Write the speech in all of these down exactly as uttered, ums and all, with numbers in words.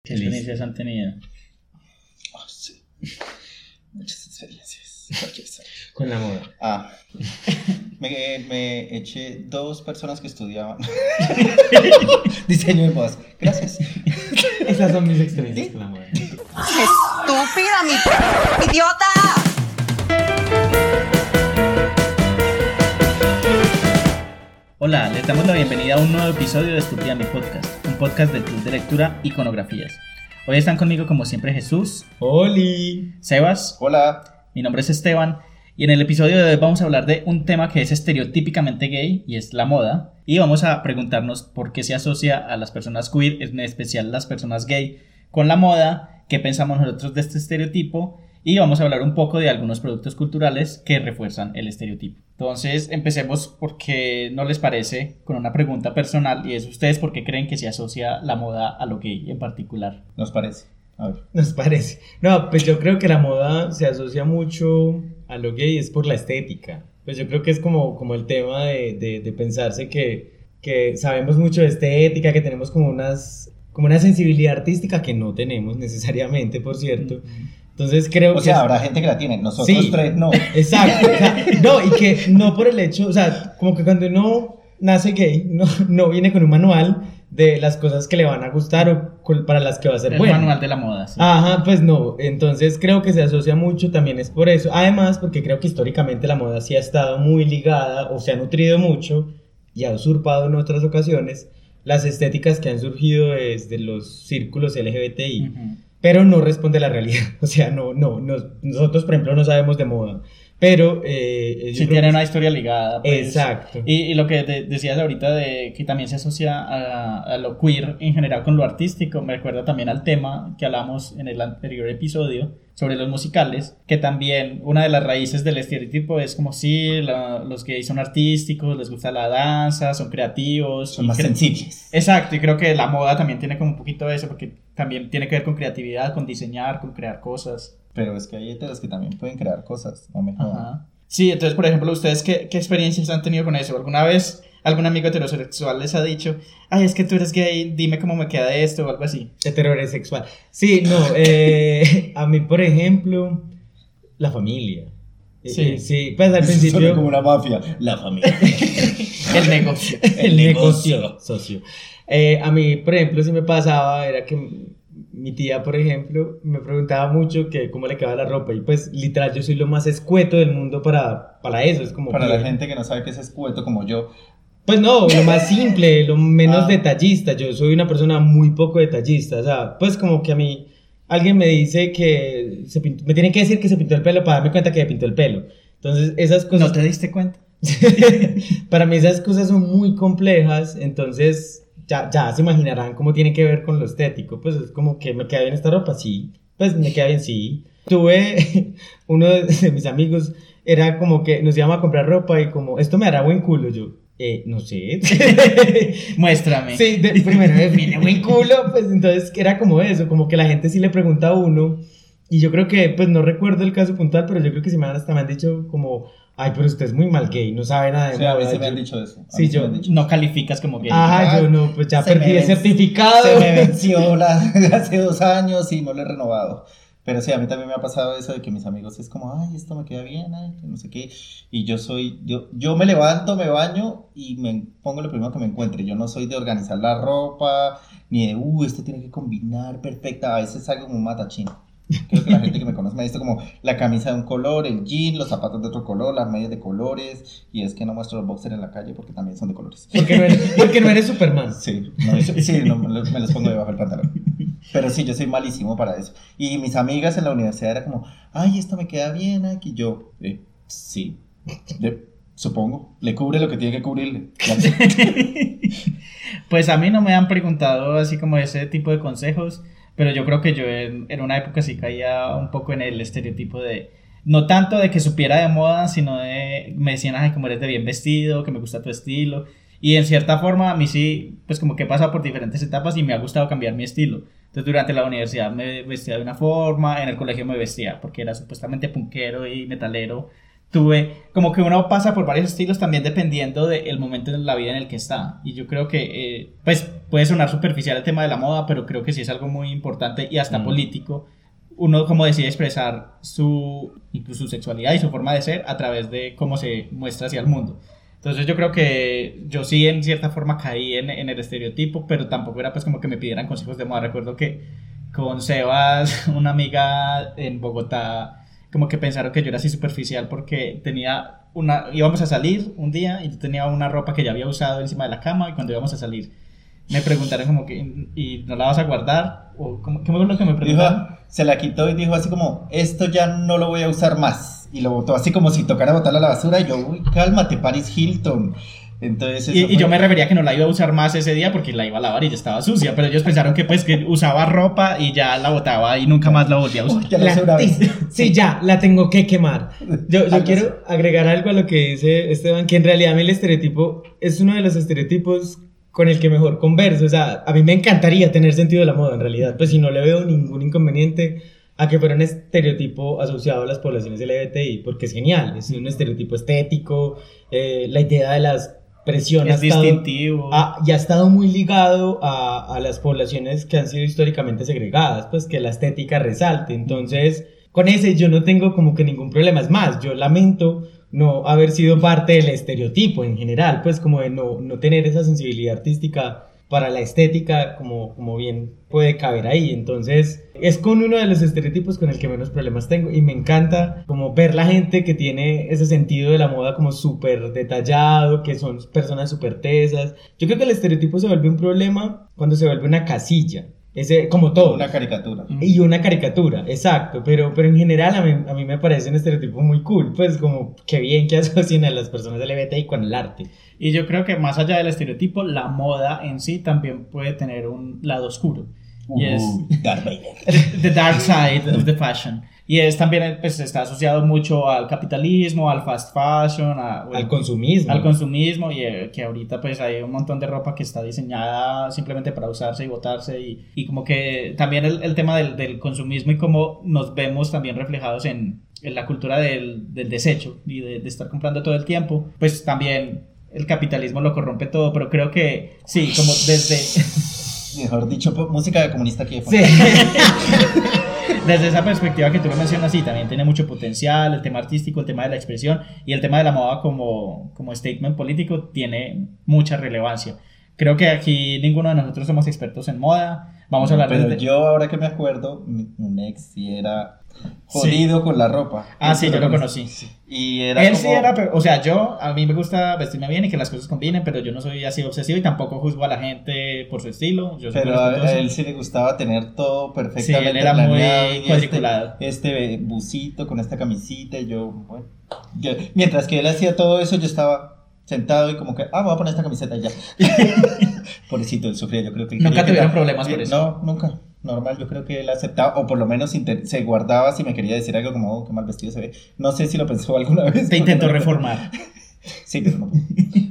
¿Qué experiencias han tenido? Oh, sí. Muchas experiencias. Con la moda. Ah, me, me eché dos personas que estudiaban diseño de modas. Gracias. Esas son mis experiencias ¿Sí? con la moda. ¡Estúpida, mi idiota! Hola, les damos la bienvenida a un nuevo episodio de Estúpida Mi Podcast, un podcast del Club de Lectura Iconografías. Hoy están conmigo como siempre Jesús, ¡Holi! Sebas, Hola. Mi nombre es Esteban y en el episodio de hoy vamos a hablar de un tema que es estereotípicamente gay y es la moda, y vamos a preguntarnos por qué se asocia a las personas queer, en especial las personas gay, con la moda, qué pensamos nosotros de este estereotipo, y vamos a hablar un poco de algunos productos culturales que refuerzan el estereotipo. Entonces empecemos porque no les parece, con una pregunta personal, y es ustedes por qué creen que se asocia la moda a lo gay en particular. Nos parece. A ver. Nos parece. No, pues yo creo que la moda se asocia mucho a lo gay es por la estética. Pues yo creo que es como, como el tema de, de, de pensarse que, que sabemos mucho de estética, que tenemos como unas como una sensibilidad artística que no tenemos necesariamente, por cierto. Mm-hmm. Entonces creo o que... O sea, es... habrá gente que la tiene, nosotros sí, tres no. Exacto. O sea, no, y que no por el hecho, o sea, como que cuando uno nace gay, no, no viene con un manual de las cosas que le van a gustar o para las que va a ser el bueno. El manual de la moda, sí. Ajá, pues no, entonces creo que se asocia mucho, también es por eso. Además, porque creo que históricamente la moda sí ha estado muy ligada o se ha nutrido mucho y ha usurpado en otras ocasiones las estéticas que han surgido desde los círculos L G B T I. Uh-huh. Pero no responde a la realidad, o sea, no, no, no, nosotros por ejemplo no sabemos de moda, pero... Eh, sí tiene una historia ligada, pues. Exacto. Y, y lo que de, decías ahorita de que también se asocia a, a lo queer en general con lo artístico, me recuerda también al tema que hablamos en el anterior episodio sobre los musicales, que también una de las raíces del estereotipo es como si la, los gays son artísticos, les gusta la danza, son creativos. Son más cre- sensibles. Exacto, y creo que la moda también tiene como un poquito de eso, porque también tiene que ver con creatividad, con diseñar, con crear cosas. Pero es que hay heteros que también pueden crear cosas, no me jodan. Ajá. Sí, entonces, por ejemplo, ¿ustedes qué, qué experiencias han tenido con eso? ¿Alguna vez algún amigo heterosexual les ha dicho, ay, es que tú eres gay, dime cómo me queda esto o algo así? Heterosexual. Sí, no, eh, a mí, por ejemplo, la familia. Sí, eh, sí, pues al principio... Suena como una mafia, la familia. El negocio. El, El negocio, negocio, socio. Eh, a mí, por ejemplo, si me pasaba, era que mi tía, por ejemplo, me preguntaba mucho que cómo le quedaba la ropa, y pues literal yo soy lo más escueto del mundo para, para eso, es como... Para bien. La gente que no sabe qué es escueto como yo. Pues no, lo más simple, lo menos ah. detallista, yo soy una persona muy poco detallista, o sea, pues como que a mí alguien me dice que se pintó, me tiene que decir que se pintó el pelo para darme cuenta que me pintó el pelo, entonces esas cosas... ¿No te diste cuenta? Para mí esas cosas son muy complejas, entonces... Ya, ya se imaginarán cómo tiene que ver con lo estético. Pues es como que me queda bien esta ropa, sí. Pues me queda bien, sí. Tuve uno de mis amigos, era como que nos íbamos a comprar ropa y como, esto me hará buen culo. Yo, eh, no sé. Muéstrame. Sí, de, primero define buen culo. Pues entonces era como eso, como que la gente sí le pregunta a uno. Y yo creo que, pues no recuerdo el caso puntual, pero yo creo que sí me han, hasta me han dicho como... Ay, pero usted es muy mal gay, no sabe nada de sí, moda. a veces yo, me han dicho eso. Sí, yo no calificas como gay. Ajá, ah, yo no, pues ya perdí el certificado. Se me venció la, hace dos años y no lo he renovado. Pero sí, a mí también me ha pasado eso de que mis amigos es como, ay, esto me queda bien, ay, no sé qué. Y yo soy, yo, yo me levanto, me baño y me pongo lo primero que me encuentre. Yo no soy de organizar la ropa, ni de, uh, esto tiene que combinar perfecta. A veces salgo como un matachín. Creo que la gente que me conoce me ha visto como la camisa de un color, el jean, los zapatos de otro color, las medias de colores, y es que no muestro los boxers en la calle porque también son de colores. Porque no eres, porque no eres Superman. Sí, no, sí no, me, los, me los pongo debajo del pantalón. Pero sí, yo soy malísimo para eso. Y mis amigas en la universidad era como, ay, esto me queda bien, aquí yo, eh, sí, de, supongo, le cubre lo que tiene que cubrirle. Pues a mí no me han preguntado así como ese tipo de consejos. Pero yo creo que yo en, en una época sí caía un poco en el estereotipo de... No tanto de que supiera de moda, sino de... Me decían, ay, como eres de bien vestido, que me gusta tu estilo. Y en cierta forma a mí sí, pues como que he pasado por diferentes etapas y me ha gustado cambiar mi estilo. Entonces durante la universidad me vestía de una forma, en el colegio me vestía porque era supuestamente punkero y metalero. tuve, como que uno pasa por varios estilos también dependiendo del momento en la vida en el que está. Y yo creo que, eh, pues puede sonar superficial el tema de la moda, pero creo que sí es algo muy importante y hasta mm. político. Uno como decide expresar su, incluso su sexualidad y su forma de ser a través de cómo se muestra hacia el mundo. Entonces yo creo que yo sí en cierta forma caí en, en el estereotipo, pero tampoco era pues como que me pidieran consejos de moda. Recuerdo que con Sebas, una amiga en Bogotá, como que pensaron que yo era así superficial porque tenía una, íbamos a salir un día y yo tenía una ropa que ya había usado encima de la cama y cuando íbamos a salir me preguntaron como que, ¿y no la vas a guardar? O como, ¿qué fue lo que me preguntaron? Dijo, se la quitó y dijo así como, esto ya no lo voy a usar más. Y lo botó así como si tocara botarla a la basura y yo, uy, cálmate, Paris Hilton. Entonces, y, y yo me refería que no la iba a usar más ese día porque la iba a lavar y ya estaba sucia, pero ellos pensaron que pues que usaba ropa y ya la botaba y nunca más la volvía a usar. Uy, ya la la, sí, sí, ya, la tengo que quemar. Yo, yo quiero agregar algo a lo que dice Esteban, que en realidad a mí el estereotipo es uno de los estereotipos con el que mejor converso. O sea, a mí me encantaría tener sentido de la moda en realidad, pues si no le veo ningún inconveniente a que fuera un estereotipo asociado a las poblaciones L G B T I, porque es genial, es un estereotipo estético, eh, la idea de las presiones es distintivo ha, y ha estado muy ligado a, a las poblaciones que han sido históricamente segregadas, pues que la estética resalte. Entonces con ese yo no tengo como que ningún problema. Es más, yo lamento no haber sido parte del estereotipo en general, pues como de no, no tener esa sensibilidad artística para la estética como, como bien puede caber ahí. Entonces es con uno de los estereotipos con el que menos problemas tengo y me encanta como ver la gente que tiene ese sentido de la moda como súper detallado, que son personas súper tesas. Yo creo que el estereotipo se vuelve un problema cuando se vuelve una casilla. Ese, como todo. Una caricatura. Y una caricatura, exacto. Pero, pero en general a mí, a mí me parece un estereotipo muy cool. Pues como que bien que asocien a las personas L G B T I con el arte. Y yo creo que más allá del estereotipo, la moda en sí también puede tener un lado oscuro. Uh, y es Darth Vader. The dark side of the fashion. Y es también, pues, está asociado mucho al capitalismo, al fast fashion, a, al consumismo. Al consumismo, y eh, que ahorita, pues, hay un montón de ropa que está diseñada simplemente para usarse y botarse. Y, y como que también el, el tema del, del consumismo y cómo nos vemos también reflejados en, en la cultura del, del desecho y de, de estar comprando todo el tiempo, pues también el capitalismo lo corrompe todo. Pero creo que sí, como desde... Mejor dicho, música de comunista aquí. Sí. Desde esa perspectiva que tú lo mencionas, sí, también tiene mucho potencial, el tema artístico, el tema de la expresión y el tema de la moda como, como statement político tiene mucha relevancia. Creo que aquí ninguno de nosotros somos expertos en moda, vamos a hablar Pero desde... yo ahora que me acuerdo, mi, un ex sí era jodido sí. con la ropa. Ah, sí, yo lo conocí. Sí. Y era Él como... sí era, o sea, yo, a mí me gusta vestirme bien y que las cosas combinen, pero yo no soy así obsesivo y tampoco juzgo a la gente por su estilo. Yo soy pero a él sí le gustaba tener todo perfectamente. Sí, él era muy cuadriculado. Este, este busito con esta camisita y yo, bueno, yo, mientras que él hacía todo eso, yo estaba sentado y como que, ah, voy a poner esta camiseta y ya. Pobrecito, él sufría, yo creo que... ¿Nunca tuvieron que... problemas por eso? No, nunca. Normal, yo creo que él aceptaba, o por lo menos inter- se guardaba si me quería decir algo como, oh, qué mal vestido se ve. No sé si lo pensó alguna vez. Te intentó no reformar. Sí, pero no.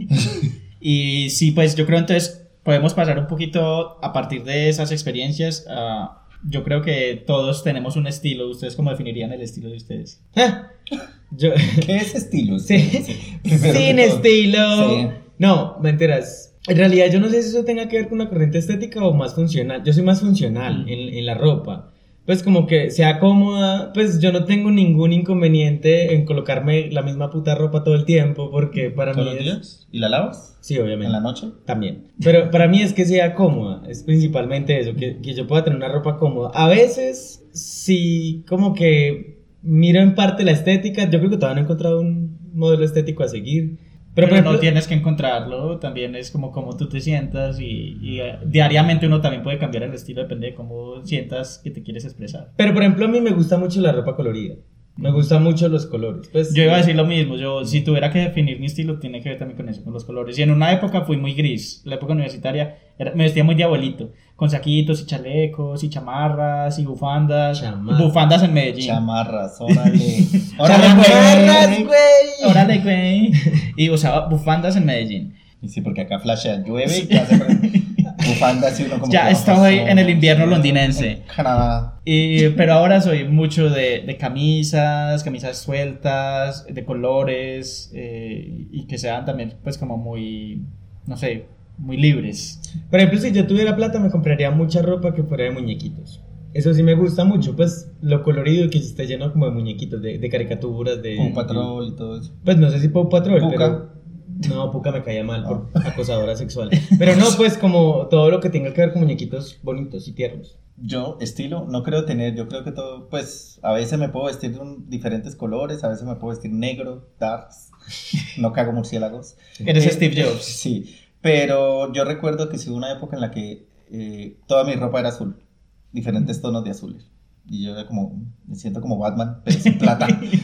Y sí, pues yo creo entonces podemos pasar un poquito a partir de esas experiencias. Uh, yo creo que todos tenemos un estilo. ¿Ustedes cómo definirían el estilo de ustedes? Yo... ¿Qué es estilo? Sí. Sí. Sin estilo. Sí. No, me enteras. En realidad yo no sé si eso tenga que ver con una corriente estética o más funcional. Yo soy más funcional mm. en, en la ropa. Pues como que sea cómoda, pues yo no tengo ningún inconveniente en colocarme la misma puta ropa todo el tiempo, porque para mí es... días? ¿Y la lavas? Sí, obviamente. ¿En la noche? También. Pero para mí es que sea cómoda, es principalmente eso, que, que yo pueda tener una ropa cómoda. A veces, sí, como que miro en parte la estética, yo creo que todavía no he encontrado un modelo estético a seguir. Pero, pero ejemplo, no tienes que encontrarlo, también es como cómo tú te sientas y, y uh, diariamente uno también puede cambiar el estilo, depende de cómo sientas que te quieres expresar. Pero por ejemplo a mí me gusta mucho la ropa colorida, me gustan mucho los colores. Pues, yo iba a decir lo mismo, yo si tuviera que definir mi estilo tiene que ver también con eso, con los colores. Y en una época fui muy gris, la época universitaria era, me vestía muy de abuelito, con saquitos y chalecos y chamarras y bufandas. Chamar. Bufandas en Medellín. Chamarras, órale. Chamarras, güey. Órale, güey. Y usaba bufandas en Medellín. Y sí, porque acá flashea, llueve y hace... bufandas y uno como Ya que, estoy "Oh, en el invierno sí, londinense". en Canadá. Y, pero ahora soy mucho de, de camisas, camisas sueltas, de colores, eh, y que sean también pues como muy, no sé, muy libres. Por ejemplo, si yo tuviera plata me compraría mucha ropa que fuera de muñequitos. Eso sí me gusta mucho, pues lo colorido y que esté lleno como de muñequitos, de, de caricaturas, de... Paw Patrol y todo eso. Pues no sé si Paw Patrol, Pucca. pero... No, Pucca me caía mal por acosadora sexual. Pero no, pues como todo lo que tenga que ver con muñequitos bonitos y tiernos. Yo, estilo, no creo tener, yo creo que todo, pues, a veces me puedo vestir de un- diferentes colores, a veces me puedo vestir negro, darks, no cago murciélagos. Eres Eh, Steve Jobs. Sí, pero yo recuerdo que sí hubo una época en la que eh, toda mi ropa era azul, diferentes tonos de azules. Y yo era como, me siento como Batman, pero sin plata.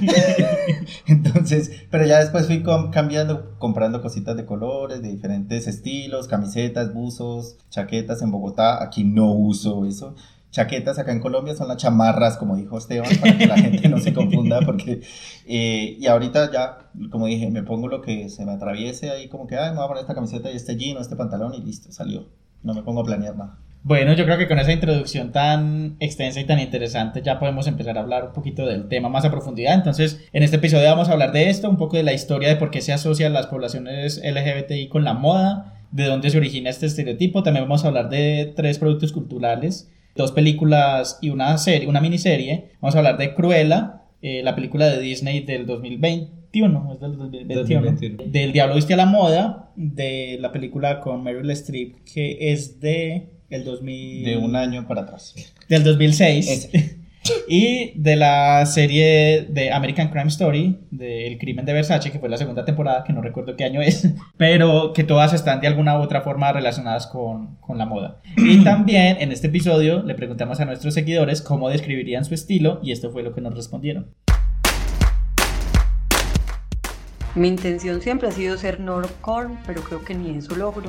Entonces, pero ya después fui com- cambiando, comprando cositas de colores, de diferentes estilos, camisetas, buzos, chaquetas en Bogotá. Aquí no uso eso. Chaquetas acá en Colombia son las chamarras, como dijo Esteban, para que la gente no se confunda, porque, eh, y ahorita ya, como dije, me pongo lo que se me atraviese ahí, como que, ay, me voy a poner esta camiseta y este jean o este pantalón y listo, salió. No me pongo a planear nada. Bueno, yo creo que con esa introducción tan extensa y tan interesante ya podemos empezar a hablar un poquito del tema más a profundidad. Entonces, en este episodio vamos a hablar de esto, un poco de la historia de por qué se asocian las poblaciones L G B T I con la moda, de dónde se origina este estereotipo. También vamos a hablar de tres productos culturales, dos películas y una serie, una miniserie. Vamos a hablar de Cruella, eh, la película de Disney del dos mil veintiuno, es del dos mil veintiuno, dos mil veintiuno. del Diablo Viste a la Moda, de la película con Meryl Streep, que es de el dos mil... De un año para atrás. del dos mil seis. Ese. Y de la serie de American Crime Story, de El crimen de Versace, que fue la segunda temporada, que no recuerdo qué año es, pero que todas están de alguna u otra forma relacionadas con, con la moda. Y también en este episodio le preguntamos a nuestros seguidores cómo describirían su estilo, y esto fue lo que nos respondieron. Mi intención siempre ha sido ser normcore, pero creo que ni eso logro.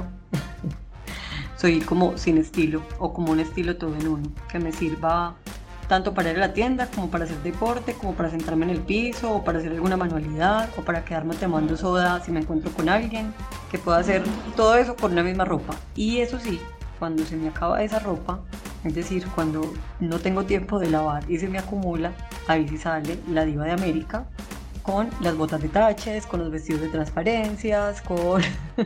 Soy como sin estilo, o como un estilo todo en uno, que me sirva tanto para ir a la tienda, como para hacer deporte, como para sentarme en el piso, o para hacer alguna manualidad, o para quedarme tomando soda si me encuentro con alguien, que pueda hacer todo eso con una misma ropa. Y eso sí, cuando se me acaba esa ropa, es decir, cuando no tengo tiempo de lavar y se me acumula, ahí sí sale la diva de América, con las botas de taches, con los vestidos de transparencias, con,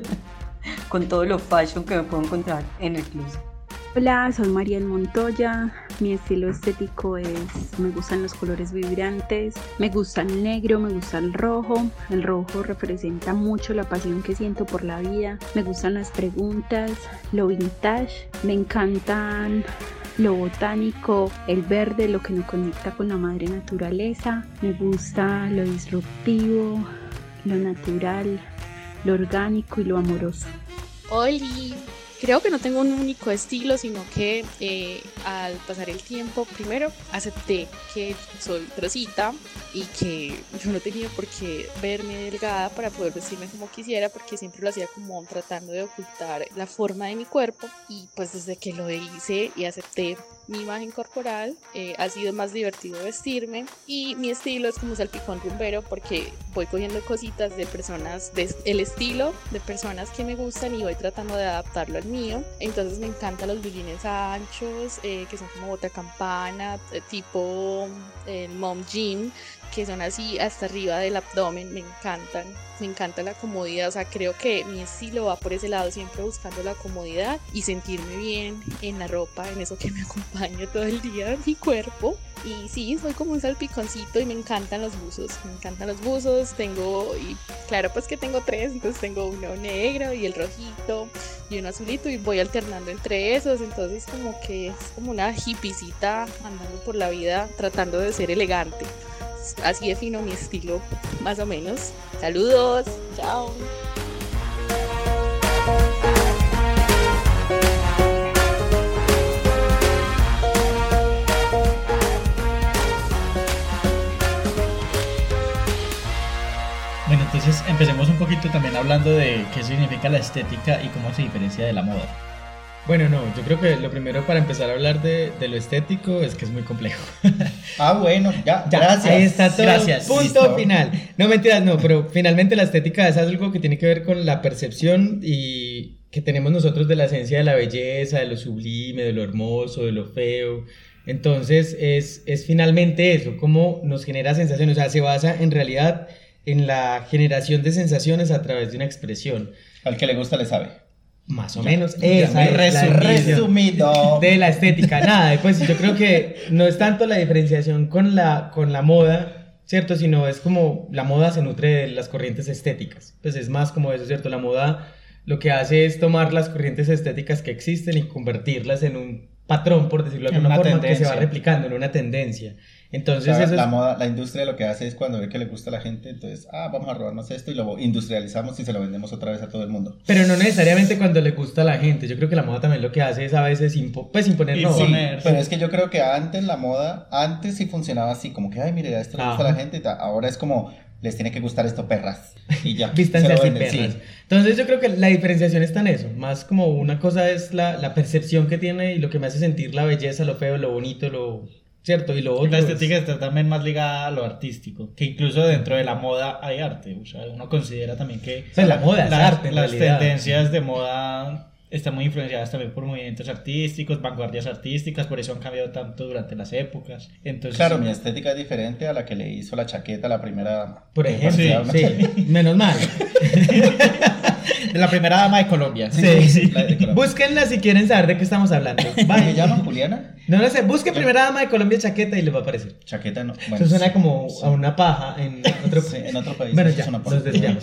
con todo lo fashion que me puedo encontrar en el closet. Hola, soy Mariel Montoya. Mi estilo estético es, me gustan los colores vibrantes, me gusta el negro, me gusta el rojo. El rojo representa mucho la pasión que siento por la vida. Me gustan las preguntas, lo vintage, me encantan lo botánico, el verde, lo que me conecta con la madre naturaleza. Me gusta lo disruptivo, lo natural, lo orgánico y lo amoroso. Oli, creo que no tengo un único estilo, sino que eh, al pasar el tiempo, primero acepté que soy grosita y que yo no tenía por qué verme delgada para poder vestirme como quisiera, porque siempre lo hacía como tratando de ocultar la forma de mi cuerpo. Y pues desde que lo hice y acepté mi imagen corporal, eh, ha sido más divertido vestirme, y mi estilo es como salpicón rumbero, porque voy cogiendo cositas de personas, de, el estilo de personas que me gustan, y voy tratando de adaptarlo al mío. Entonces me encantan los blue anchos, eh, que son como bota campana, eh, tipo el eh, mom jean, que son así hasta arriba del abdomen. Me encantan, me encanta la comodidad. O sea, creo que mi estilo va por ese lado, siempre buscando la comodidad y sentirme bien en la ropa, en eso que me acompaña todo el día, mi cuerpo. Y sí, soy como un salpiconcito y me encantan los buzos, me encantan los buzos. Tengo, y claro, pues que tengo tres, entonces tengo uno negro y el rojito y uno azulito, y voy alternando entre esos. Entonces como que es como una hippiecita andando por la vida tratando de ser elegante. Así defino mi estilo, más o menos. Saludos, chao. Bueno, entonces empecemos un poquito también hablando de qué significa la estética y cómo se diferencia de la moda. Bueno, no, yo creo que lo primero para empezar a hablar de, de lo estético es que es muy complejo. Ah, bueno, ya, Ya, gracias. ahí está todo. Gracias. Punto Listo. final. No, mentiras, no, pero finalmente la estética es algo que tiene que ver con la percepción y que tenemos nosotros de la esencia de la belleza, de lo sublime, de lo hermoso, de lo feo. Entonces es, es finalmente eso, cómo nos genera sensaciones, o sea, se basa en realidad en la generación de sensaciones a través de una expresión. Al que le gusta le sabe. Más o menos, Ya, esa es la resumido. definición resumido. de la estética. Nada, pues yo creo que no es tanto la diferenciación con la, con la moda, ¿cierto? Sino es como la moda se nutre de las corrientes estéticas. Pues es más como eso, ¿cierto? La moda lo que hace es tomar las corrientes estéticas que existen y convertirlas en un patrón, por decirlo de En alguna una forma, que se va tendencia. replicando en una tendencia. Entonces O sea, eso la es... moda, la industria lo que hace es cuando ve que le gusta a la gente, entonces, ah, vamos a robarnos esto y lo industrializamos y se lo vendemos otra vez a todo el mundo. Pero no necesariamente cuando le gusta a la gente. Yo creo que la moda también lo que hace es a veces impo pues imponer no. Sí, Imponer. pero es que yo creo que antes la moda, antes sí funcionaba así, como que, ay, mire, a esto le gusta a Ajá. la gente y tal. Ahora es como, les tiene que gustar esto, perras. Y ya. Vístanse se lo así, venden, perras. sí. Entonces yo creo que la diferenciación está en eso. Más como una cosa es la, la percepción que tiene y lo que me hace sentir la belleza, lo feo, lo bonito, lo... ¿Cierto? Y lo otro La es- estética está también más ligada a lo artístico, que incluso dentro de la moda hay arte. O sea, uno considera también que O sea, la moda es las, arte, en las realidad. tendencias de moda están muy influenciadas también por movimientos artísticos, vanguardias artísticas, por eso han cambiado tanto durante las épocas. Entonces, Claro, sí, mi estética es diferente a la que le hizo la chaqueta la primera. Por que ejemplo, parecía una- sí, menos mal. de la primera dama de Colombia. Sí. La de Colombia. Búsquenla si quieren saber de qué estamos hablando. ¿Cómo se Vaya. llama, Juliana? No lo sé, busque primera dama de Colombia chaqueta y les va a aparecer. Chaqueta, no. Bueno, Eso suena como sí. a una paja en otro, Sí, en otro país. Bueno, eso ya, es una nos desviamos.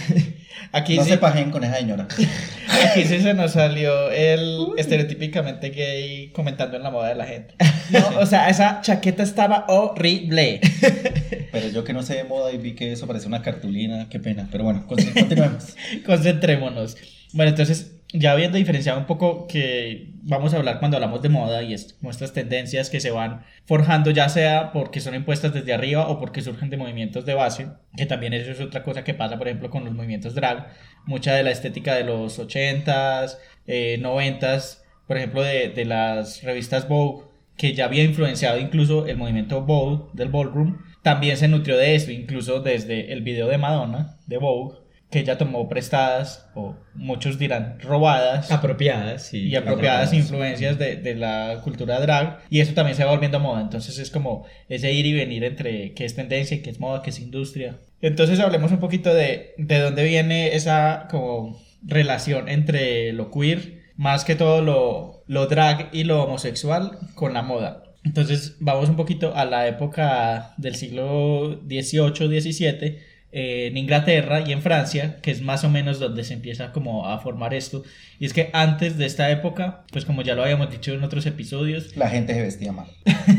Aquí No sí, se pajen con esa señora. aquí sí se nos salió el estereotípicamente gay comentando en la moda de la gente. No, o sea, esa chaqueta estaba horrible. Pero yo que no sé de moda y vi que eso parece una cartulina, qué pena. Pero bueno, continu- continuemos. Concentrémonos. Bueno, entonces, ya habiendo diferenciado un poco que vamos a hablar cuando hablamos de moda y es como estas tendencias que se van forjando, ya sea porque son impuestas desde arriba o porque surgen de movimientos de base, que también eso es otra cosa que pasa, por ejemplo, con los movimientos drag. Mucha de la estética de los ochentas, eh, noventas, por ejemplo, de, de las revistas Vogue, que ya había influenciado incluso el movimiento Vogue del ballroom, también se nutrió de eso, incluso desde el video de Madonna, de Vogue, que ella tomó prestadas, o muchos dirán robadas, Apropiadas, sí. y apropiadas apropiadas. influencias de, de la cultura drag, y eso también se va volviendo moda. Entonces es como ese ir y venir entre qué es tendencia, qué es moda, qué es industria. Entonces hablemos un poquito de, de dónde viene esa como relación entre lo queer, más que todo lo, lo drag y lo homosexual con la moda. Entonces vamos un poquito a la época del siglo dieciocho diecisiete, eh, en Inglaterra y en Francia, que es más o menos donde se empieza como a formar esto. Y es que antes de esta época, pues como ya lo habíamos dicho en otros episodios, La gente se vestía mal.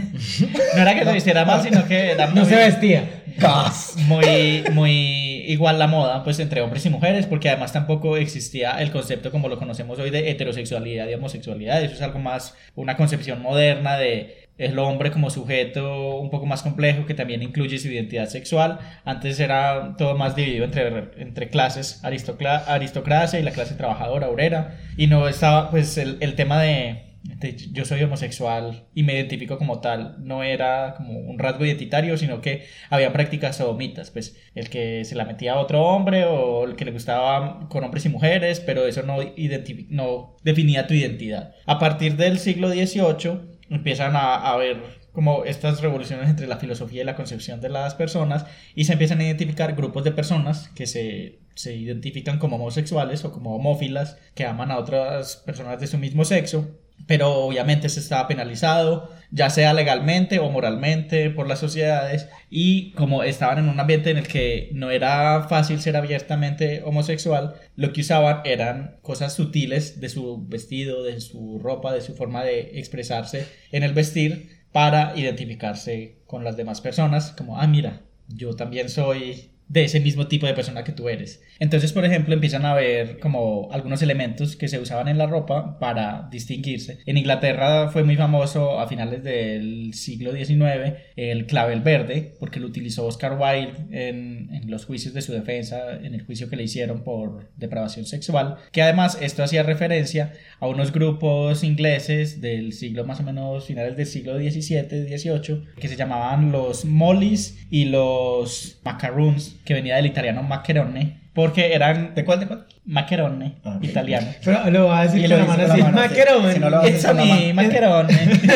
no era que se vistiera mal, sino que era No muy, se vestía. ¡Gas! muy, muy igual la moda, pues entre hombres y mujeres, porque además tampoco existía el concepto como lo conocemos hoy de heterosexualidad y homosexualidad. Eso es algo más, una concepción moderna de el hombre como sujeto un poco más complejo que también incluye su identidad sexual. Antes era todo más dividido entre, entre clases, aristocla- aristocracia y la clase trabajadora, obrera, y no estaba pues el, el tema de, de yo soy homosexual y me identifico como tal, no era como un rasgo identitario, sino que había prácticas sodomitas, pues el que se la metía a otro hombre o el que le gustaba con hombres y mujeres, pero eso no, identifi- no definía tu identidad. A partir del siglo dieciocho empiezan a, a ver como estas revoluciones entre la filosofía y la concepción de las personas, y se empiezan a identificar grupos de personas que se, se identifican como homosexuales o como homófilas, que aman a otras personas de su mismo sexo, pero obviamente se estaba penalizado, ya sea legalmente o moralmente por las sociedades, y como estaban en un ambiente en el que no era fácil ser abiertamente homosexual, lo que usaban eran cosas sutiles de su vestido, de su ropa, de su forma de expresarse en el vestir, para identificarse con las demás personas, como, ah, mira, yo también soy de ese mismo tipo de persona que tú eres. Entonces, por ejemplo, empiezan a ver como algunos elementos que se usaban en la ropa para distinguirse. En Inglaterra fue muy famoso a finales del siglo diecinueve el clavel verde, porque lo utilizó Oscar Wilde en, en los juicios de su defensa, en el juicio que le hicieron por depravación sexual, que además esto hacía referencia a unos grupos ingleses del siglo más o menos finales del siglo diecisiete dieciocho, que se llamaban los Mollys y los Macaroons, que venía del italiano macarone, Porque eran ¿De cuál, de cuál? maccherone, Ah, ok. italiano. Pero lo va a decir Y con lo la dice mano con la así, mano así. maquerón. Si no lo haces It's con la me, mano. maccherone.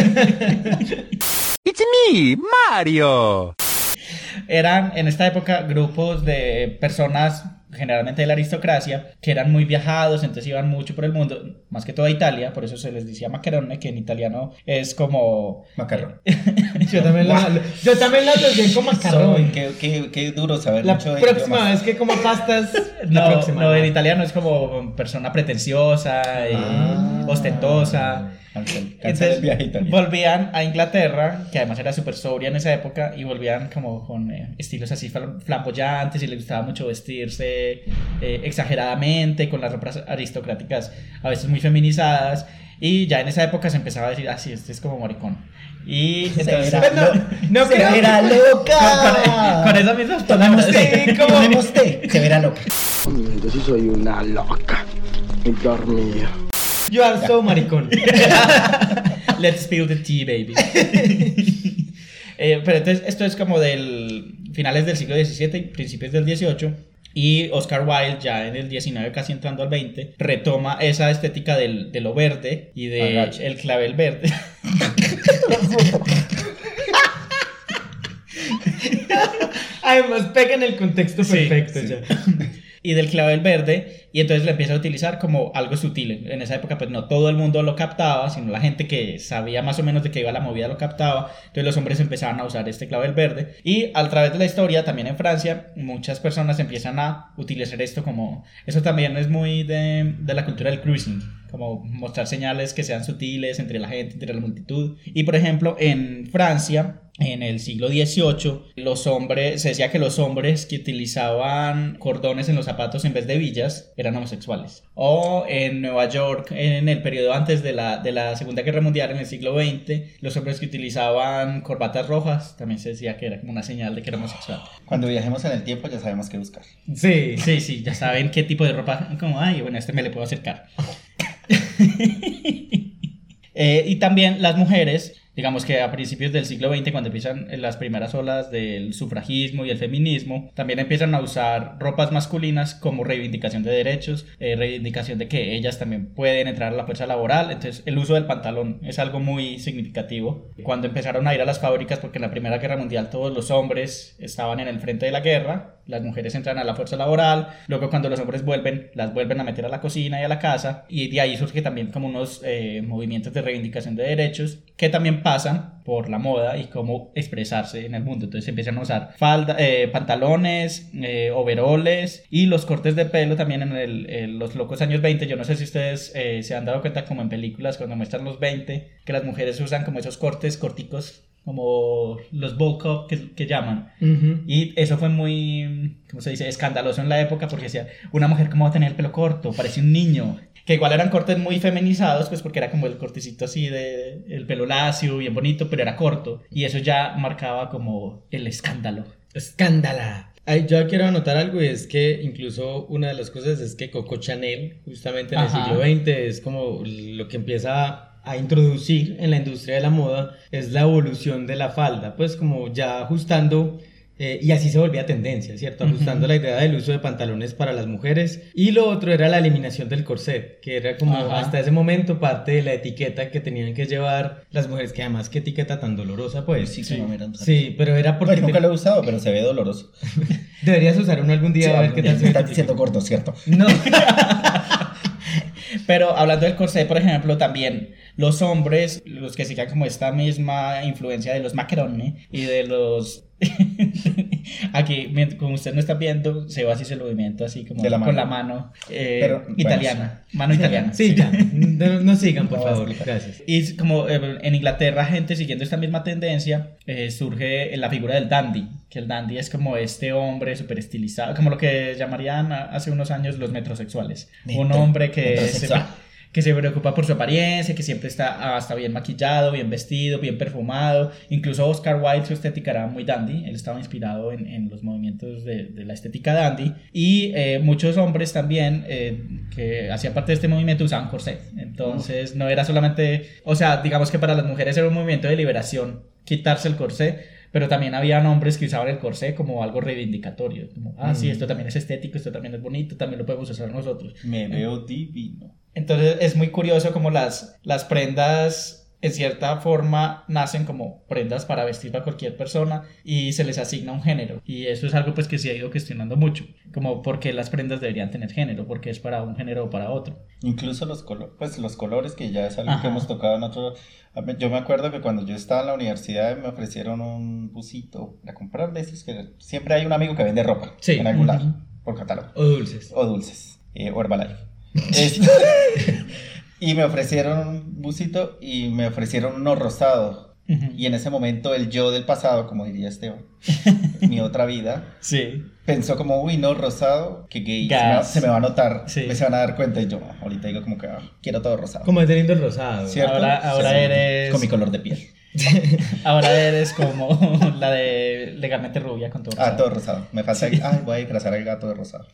It's me, Mario. Eran en esta época grupos de personas, generalmente de la aristocracia, que eran muy viajados, entonces iban mucho por el mundo, más que todo a Italia, por eso se les decía maccherone, que en italiano es como... Macarrón. Yo también la, yo también la asocié con macarrón. Soy, qué, qué, qué duro saber La mucho de próxima idiomas. vez que coma pastas, la No, próxima. no, en italiano es como persona pretenciosa, y Ah. ostentosa. Cancel, cancel el viaje a Italia. Volvían a Inglaterra, que además era súper sobria en esa época, y volvían como con eh, estilos así flam- flamboyantes, y les gustaba mucho vestirse eh, exageradamente, con las ropas aristocráticas a veces muy feminizadas, y ya en esa época se empezaba a decir, ah, sí, este es como maricón. Y entonces... Será no, lo- no creo que- ¡Será loca! Con, con esas mismas Tomemos palabras. té, Sí, como- tomemos té. Se verá loca. Entonces soy una loca. Y dormía. You are so maricón. Let's spill the tea, baby. Eh, pero entonces esto es como del finales del siglo diecisiete y principios del dieciocho. Y Oscar Wilde, ya en el diecinueve, casi entrando al veinte, retoma esa estética del, de lo verde y de Agache. el clavel verde. Además, pega en el contexto Sí, perfecto sí. ya. Y del clavel verde, y entonces lo empieza a utilizar como algo sutil. En esa época pues no todo el mundo lo captaba, sino la gente que sabía más o menos de qué iba la movida lo captaba. Entonces los hombres empezaban a usar este clavel verde, y a través de la historia, también en Francia, muchas personas empiezan a utilizar esto como... Eso también es muy de, de la cultura del cruising, como mostrar señales que sean sutiles entre la gente, entre la multitud. Y por ejemplo, en Francia, en el siglo dieciocho, los hombres, se decía que los hombres que utilizaban cordones en los zapatos en vez de villas eran homosexuales. O en Nueva York, en el periodo antes de la, de la Segunda Guerra Mundial, en el siglo veinte, los hombres que utilizaban corbatas rojas también se decía que era como una señal de que era homosexual. Cuando viajemos en el tiempo ya sabemos qué buscar. Sí. Sí, sí, ya saben qué tipo de ropa, como, ay, bueno, a este me le puedo acercar. Eh, y también las mujeres, digamos que a principios del siglo veinte, cuando empiezan las primeras olas del sufragismo y el feminismo, también empiezan a usar ropas masculinas como reivindicación de derechos, eh, reivindicación de que ellas también pueden entrar a la fuerza laboral. Entonces el uso del pantalón es algo muy significativo. Cuando empezaron a ir a las fábricas, porque en la Primera Guerra Mundial todos los hombres estaban en el frente de la guerra, las mujeres entran a la fuerza laboral, luego cuando los hombres vuelven, las vuelven a meter a la cocina y a la casa, y de ahí surge también como unos eh, movimientos de reivindicación de derechos que también pasan por la moda y cómo expresarse en el mundo. Entonces empiezan a usar falda, eh, pantalones, eh, overoles, y los cortes de pelo también en, el, en los locos años veinte. Yo no sé si ustedes eh, se han dado cuenta, como en películas cuando muestran los veinte, que las mujeres usan como esos cortes corticos, como los bowl cut que, que llaman. Ujú. Y eso fue muy, ¿cómo se dice?, escandaloso en la época, porque decía, una mujer cómo va a tener el pelo corto, parece un niño. Que igual eran cortes muy feminizados, pues porque era como el cortecito así de el pelo lacio, bien bonito, pero era corto. Y eso ya marcaba como el escándalo. Escándala. Ay, yo quiero anotar algo, y es que incluso una de las cosas es que Coco Chanel, justamente en el Ajá. siglo veinte, es como lo que empieza a introducir en la industria de la moda, es la evolución de la falda, pues como ya ajustando, eh, y así se volvía tendencia, ¿cierto? Ajustando Ujú. la idea del uso de pantalones para las mujeres. Y lo otro era la eliminación del corset, que era como Ajá. hasta ese momento parte de la etiqueta que tenían que llevar las mujeres, que además qué etiqueta tan dolorosa, pues. Sí, sí. sí, miran. Sí, pero era porque Pues nunca lo he usado, pero se ve doloroso. deberías usar uno algún día Sí, a ver qué tal se ve. estás diciendo corto, ¿cierto? No. Pero hablando del corsé, por ejemplo, también los hombres, los que sigan como esta misma influencia de los maccherone y de los... Aquí, mient- como usted no está viendo, se va así el movimiento así como De la con mano. la mano eh, Pero, bueno, italiana, mano italiana. Sí, ya. No, no sigan, por No voy a favor. explicar. Gracias. Y es como eh, en Inglaterra, gente siguiendo esta misma tendencia, eh, surge la figura del dandy, que el dandy es como este hombre súper estilizado, como lo que llamarían a- hace unos años los metrosexuales. Un Metro- hombre que se, metrosexual. que se preocupa por su apariencia, que siempre está hasta bien maquillado, bien vestido, bien perfumado. Incluso Oscar Wilde, su estética era muy dandy, él estaba inspirado en, en los movimientos de, de la estética dandy. Y eh, muchos hombres también eh, que hacían parte de este movimiento usaban corset. Entonces no era solamente, o sea, digamos que para las mujeres era un movimiento de liberación quitarse el corset, pero también habían hombres que usaban el corsé como algo reivindicatorio, como, ah, sí, Mm. esto también es estético, esto también es bonito, también lo podemos usar nosotros. Me veo divino. Entonces es muy curioso como las, las prendas en cierta forma nacen como prendas para vestir a cualquier persona y se les asigna un género, y eso es algo pues que se ha ido cuestionando mucho, como por qué las prendas deberían tener género, porque es para un género o para otro. Incluso los colores, pues los colores, que ya es algo Ajá. que hemos tocado en otro. Yo me acuerdo que cuando yo estaba en la universidad me ofrecieron un busito para comprar de esos que siempre hay un amigo que vende ropa Sí. en algún lado, Ujú. por catálogo, O dulces. o dulces, eh, o Herbalife. Es- y me ofrecieron un busito y me ofrecieron uno rosado. Ujú. Y en ese momento el yo del pasado, como diría Esteban, mi otra vida, Sí. pensó como, uy, no, rosado, que gay, se me, Gas. se me va a notar, Sí. me se van a dar cuenta. Y yo ahorita digo como que ah, quiero todo rosado. Como es lindo el rosado. ¿Cierto? Ahora- ahora Sí. eres- Con mi color de piel. Ahora eres como la de Legalmente Rubia con todo Ah, rosado. todo rosado. Me falta, ay, voy a disfrazar al gato de rosado.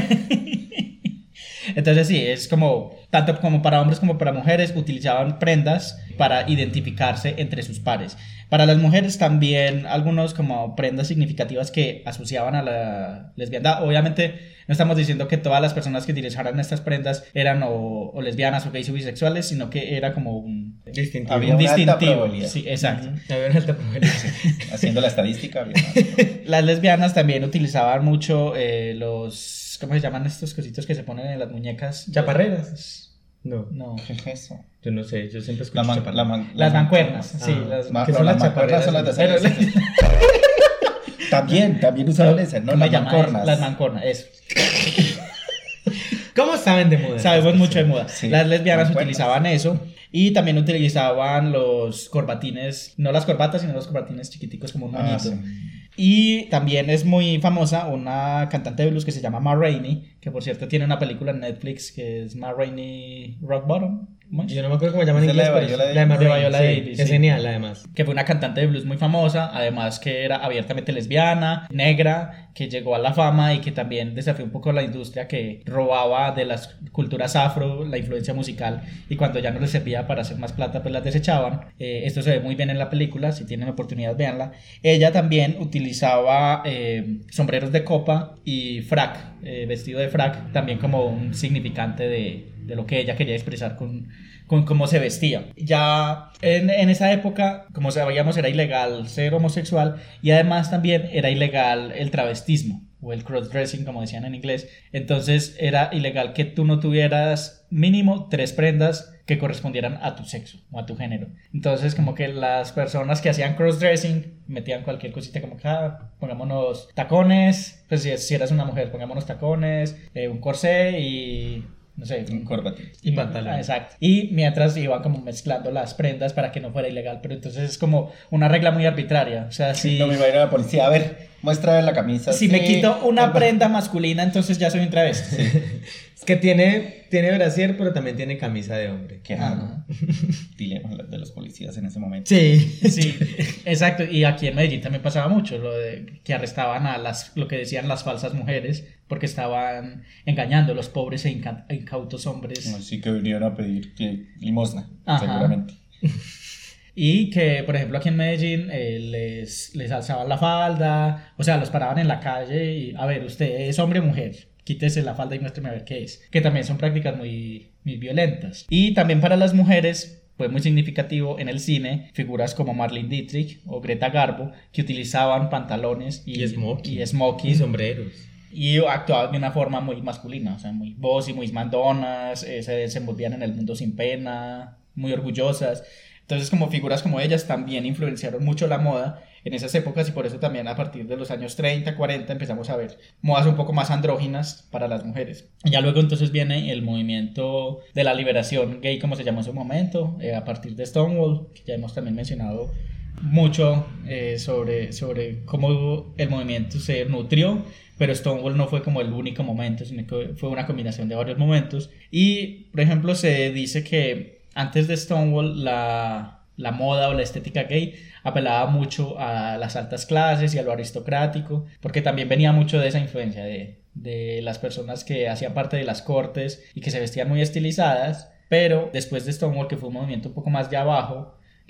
Entonces sí, es como, tanto como para hombres como para mujeres, utilizaban prendas para identificarse entre sus pares. Para las mujeres también algunos como prendas significativas que asociaban a la lesbiandad. Obviamente no estamos diciendo que todas las personas que utilizaran estas prendas eran o, o lesbianas o gays o bisexuales, sino que era como un, Distintivo. Había un una alta distintivo. probabilidad. Sí, exacto. Ujú. Había una alta probabilidad. Haciendo la estadística. bien. Las lesbianas también utilizaban mucho eh, los, ¿cómo se llaman estos cositos que se ponen en las muñecas? ¿Chaparreras? No, No. ¿Qué es eso? yo no sé, yo siempre escucho La man- chaparreras. la man- Las la mancuernas, Ah. sí. Las, Ma- ¿Qué no, son las las mancuernas son las de hacer Pero- ejercicio. También, también usaban esas, ¿no? ¿cómo Las se llama? mancornas. Las mancornas, eso. ¿Cómo saben de moda? Sabemos mucho de moda. Sí, Las lesbianas mancuernas. utilizaban eso y también utilizaban los corbatines, no las corbatas, sino los corbatines chiquiticos como un Ah, moñito. sí. Y también es muy famosa una cantante de blues que se llama Ma Rainey, que por cierto tiene una película en Netflix que es Ma Rainey Rock Bottom. ¿Cómo es? Yo no me acuerdo cómo llaman en Esa es la inglés, de pero Viola es la de Ma Davis. Rainey, Viola sí, Davis, es sí. genial además. Que fue una cantante de blues muy famosa, además que era abiertamente lesbiana, negra, que llegó a la fama y que también desafió un poco la industria que robaba de las culturas afro la influencia musical, y cuando ya no les servía para hacer más plata pues las desechaban. Eh, esto se ve muy bien en la película, si tienen oportunidad véanla. Ella también utilizaba eh, sombreros de copa y frac, eh, vestido de frac, también como un significante de, de lo que ella quería expresar con con cómo se vestía. Ya en, en esa época, como sabíamos, era ilegal ser homosexual y además también era ilegal el travestismo o el crossdressing, como decían en inglés. Entonces era ilegal que tú no tuvieras mínimo tres prendas que correspondieran a tu sexo o a tu género. Entonces como que las personas que hacían crossdressing metían cualquier cosita como que ah, pongámonos tacones, pues si, si eras una mujer pongámonos tacones, eh, un corsé y no sé, Un corbatín. Y pantalón. Ah, exacto. Y mientras iban como mezclando las prendas para que no fuera ilegal, pero entonces es como una regla muy arbitraria. O sea, si, No me iba a ir a la policía. A ver, muestra la camisa. si sí. me quito una prenda masculina, entonces ya soy un travesti. Es que tiene, tiene brasier, pero también tiene camisa de hombre. Qué Ajá. dilema de los policías en ese momento. Sí. Sí, exacto. Y aquí en Medellín también pasaba mucho lo de que arrestaban a las, lo que decían las falsas mujeres, porque estaban engañando a los pobres e inca- incautos hombres. Así que vinieron a pedir que- limosna, Ajá. seguramente. Y que, por ejemplo, aquí en Medellín eh, les, les alzaban la falda, o sea, los paraban en la calle y, a ver, usted es hombre o mujer, quítese la falda y muéstreme a ver qué es. Que también son prácticas muy, muy violentas. Y también para las mujeres fue muy significativo en el cine figuras como Marlene Dietrich o Greta Garbo, que utilizaban pantalones y, Y smoking. y smoking Y sombreros. y actuaban de una forma muy masculina, o sea, muy bossy, muy mandonas, eh, se desenvolvían en el mundo sin pena, muy orgullosas. Entonces, como figuras como ellas también influenciaron mucho la moda en esas épocas, y por eso también a partir de los años treinta, cuarenta empezamos a ver modas un poco más andróginas para las mujeres. Y ya luego entonces viene el movimiento de la liberación gay, como se llamó en su momento, eh, a partir de Stonewall, que ya hemos también mencionado mucho eh, sobre, sobre cómo el movimiento se nutrió, pero Stonewall no fue como el único momento, sino que fue una combinación de varios momentos. Y, por ejemplo, se dice que antes de Stonewall la, la moda o la estética gay apelaba mucho a las altas clases y a lo aristocrático, porque también venía mucho de esa influencia de, de las personas que hacían parte de las cortes y que se vestían muy estilizadas. Pero después de Stonewall, que fue un movimiento un poco más de abajo,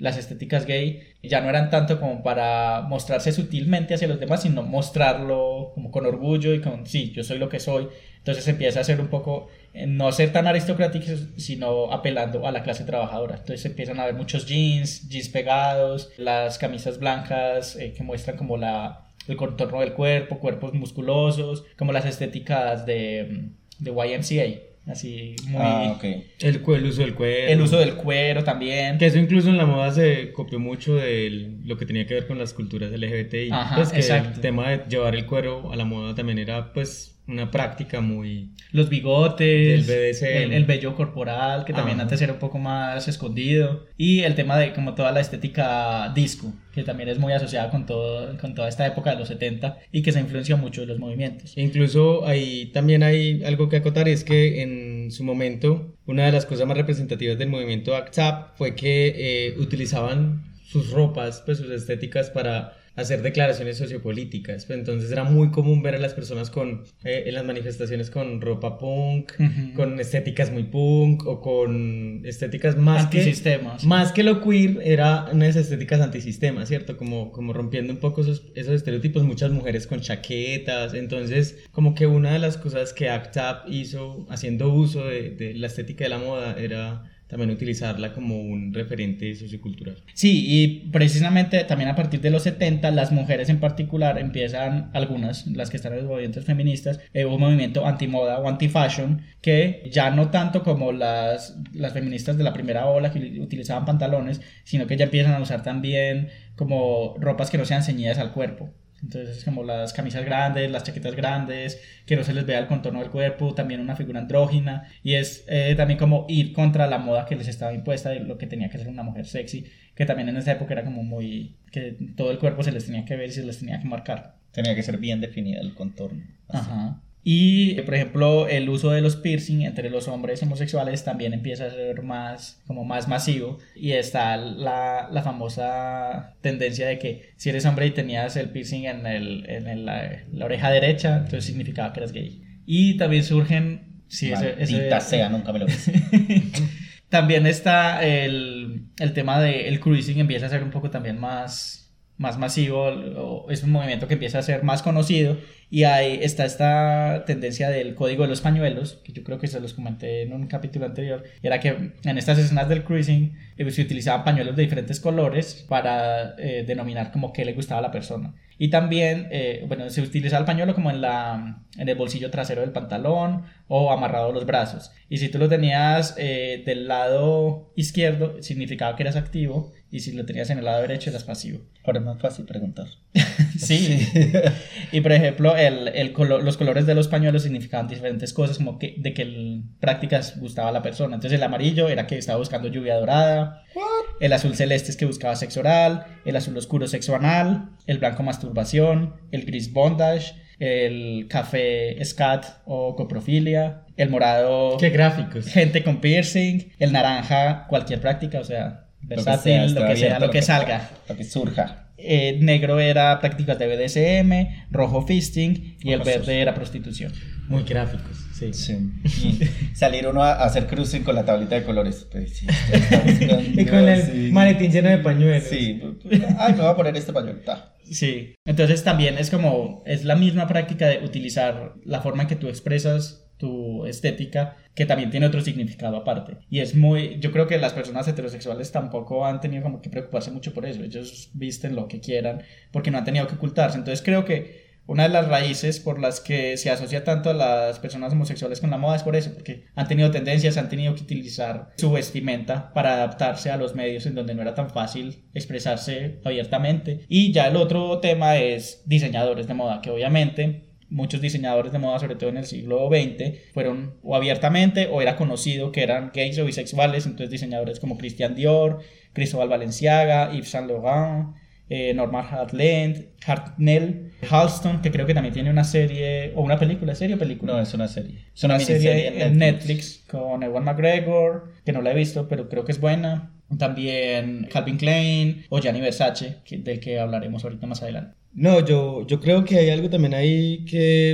las estéticas gay ya no eran tanto como para mostrarse sutilmente hacia los demás, sino mostrarlo como con orgullo y con, sí, yo soy lo que soy. Entonces empieza a ser un poco, eh, no ser tan aristocráticos, sino apelando a la clase trabajadora. Entonces empiezan a ver muchos jeans, jeans pegados, las camisas blancas eh, que muestran como la, el contorno del cuerpo, cuerpos musculosos, como las estéticas de, de Y M C A. Así muy... Ah, okay. el, el uso del cuero. El uso del cuero también. Que eso incluso en la moda se copió mucho de lo que tenía que ver con las culturas L G B T I. Ajá, pues que exacto. el tema de llevar el cuero a la moda también era pues una práctica muy... Los bigotes, del B D S M. el, el vello corporal, que también Ajá. antes era un poco más escondido. Y el tema de como toda la estética disco, que también es muy asociada con, todo, con toda esta época de los setenta y que se influenció mucho de los movimientos. Incluso ahí también hay algo que acotar, es que en su momento una de las cosas más representativas del movimiento A C T A P fue que eh, utilizaban sus ropas, pues sus estéticas para hacer declaraciones sociopolíticas. Pues entonces era muy común ver a las personas con eh, en las manifestaciones con ropa punk, uh-huh. con estéticas muy punk o con estéticas más antisistemas. Que, más que lo queer, era unas estéticas antisistemas, ¿cierto? Como, como rompiendo un poco esos, esos estereotipos, muchas mujeres con chaquetas. Entonces como que una de las cosas que A C T A P hizo haciendo uso de, de la estética de la moda era también utilizarla como un referente sociocultural. Sí, y precisamente también a partir de los setenta, las mujeres en particular empiezan, algunas, las que están en los movimientos feministas, eh, un movimiento anti-moda o anti-fashion, que ya no tanto como las, las feministas de la primera ola que utilizaban pantalones, sino que ya empiezan a usar también como ropas que no sean ceñidas al cuerpo. Entonces como las camisas grandes, las chaquetas grandes, que no se les vea el contorno del cuerpo, también una figura andrógina, y es eh, también como ir contra la moda que les estaba impuesta de lo que tenía que ser una mujer sexy, que también en esa época era como muy, que todo el cuerpo se les tenía que ver y se les tenía que marcar. Tenía que ser bien definida el contorno. Así. Ajá. Y, por ejemplo, el uso de los piercing entre los hombres homosexuales también empieza a ser más, como más masivo. Y está la, la famosa tendencia de que si eres hombre y tenías el piercing en, el, en el, la, la oreja derecha, entonces significaba que eras gay. Y también surgen... Sí, Maldita ese, ese, sea, nunca me lo hice. También está el, el tema del cruising, empieza a ser un poco también más... más masivo, es un movimiento que empieza a ser más conocido, y ahí está esta tendencia del código de los pañuelos, que yo creo que se los comenté en un capítulo anterior, y era que en estas escenas del cruising eh, se utilizaban pañuelos de diferentes colores para eh, denominar como qué le gustaba a la persona. Y también, eh, bueno, se utilizaba el pañuelo como en, la, en el bolsillo trasero del pantalón o amarrado a los brazos. Y si tú lo tenías eh, del lado izquierdo, significaba que eras activo, y si lo tenías en el lado derecho, eras pasivo. Ahora es más fácil preguntar. Sí. Y por ejemplo, el, el colo- los colores de los pañuelos significaban diferentes cosas, como que de que el, prácticas gustaba a la persona. Entonces el amarillo era que estaba buscando lluvia dorada. What? El azul celeste es que buscaba sexo oral. El azul oscuro sexo anal. El blanco masturbación. El gris bondage. El café scat o coprofilia. El morado... ¡Qué gráficos! Gente con piercing. El naranja cualquier práctica, o sea... versátil, lo que sea, lo que, sea, abierto, lo que salga. Lo que surja. Eh, negro era prácticas de B D S M, rojo fisting y el verde era prostitución. Muy gráficos, sí. Sí. Y salir uno a, a hacer cruising con la tablita de colores. Pues, sí, y con el sí. maletín lleno de pañuelos. Sí. Ay, me voy a poner este pañuelo. Ta. Sí. Entonces también es como, es la misma práctica de utilizar la forma en que tú expresas tu estética, que también tiene otro significado aparte. Y es muy, yo creo que las personas heterosexuales tampoco han tenido como que preocuparse mucho por eso. Ellos visten lo que quieran porque no han tenido que ocultarse. Entonces creo que una de las raíces por las que se asocia tanto a las personas homosexuales con la moda es por eso, porque han tenido tendencias, han tenido que utilizar su vestimenta para adaptarse a los medios en donde no era tan fácil expresarse abiertamente. Y ya el otro tema es diseñadores de moda, que obviamente muchos diseñadores de moda, sobre todo en el siglo veinte, fueron o abiertamente o era conocido que eran gays o bisexuales. Entonces diseñadores como Christian Dior, Cristóbal Balenciaga, Yves Saint Laurent, eh, Norman Hartland, Hartnell, Halston, que creo que también tiene una serie o una película, ¿serie o película? No, es una serie. Es una, una serie en Netflix. Netflix con Ewan McGregor, que no la he visto, pero creo que es buena. También Calvin Klein o Gianni Versace, que, del que hablaremos ahorita más adelante. No, yo, yo creo que hay algo también ahí que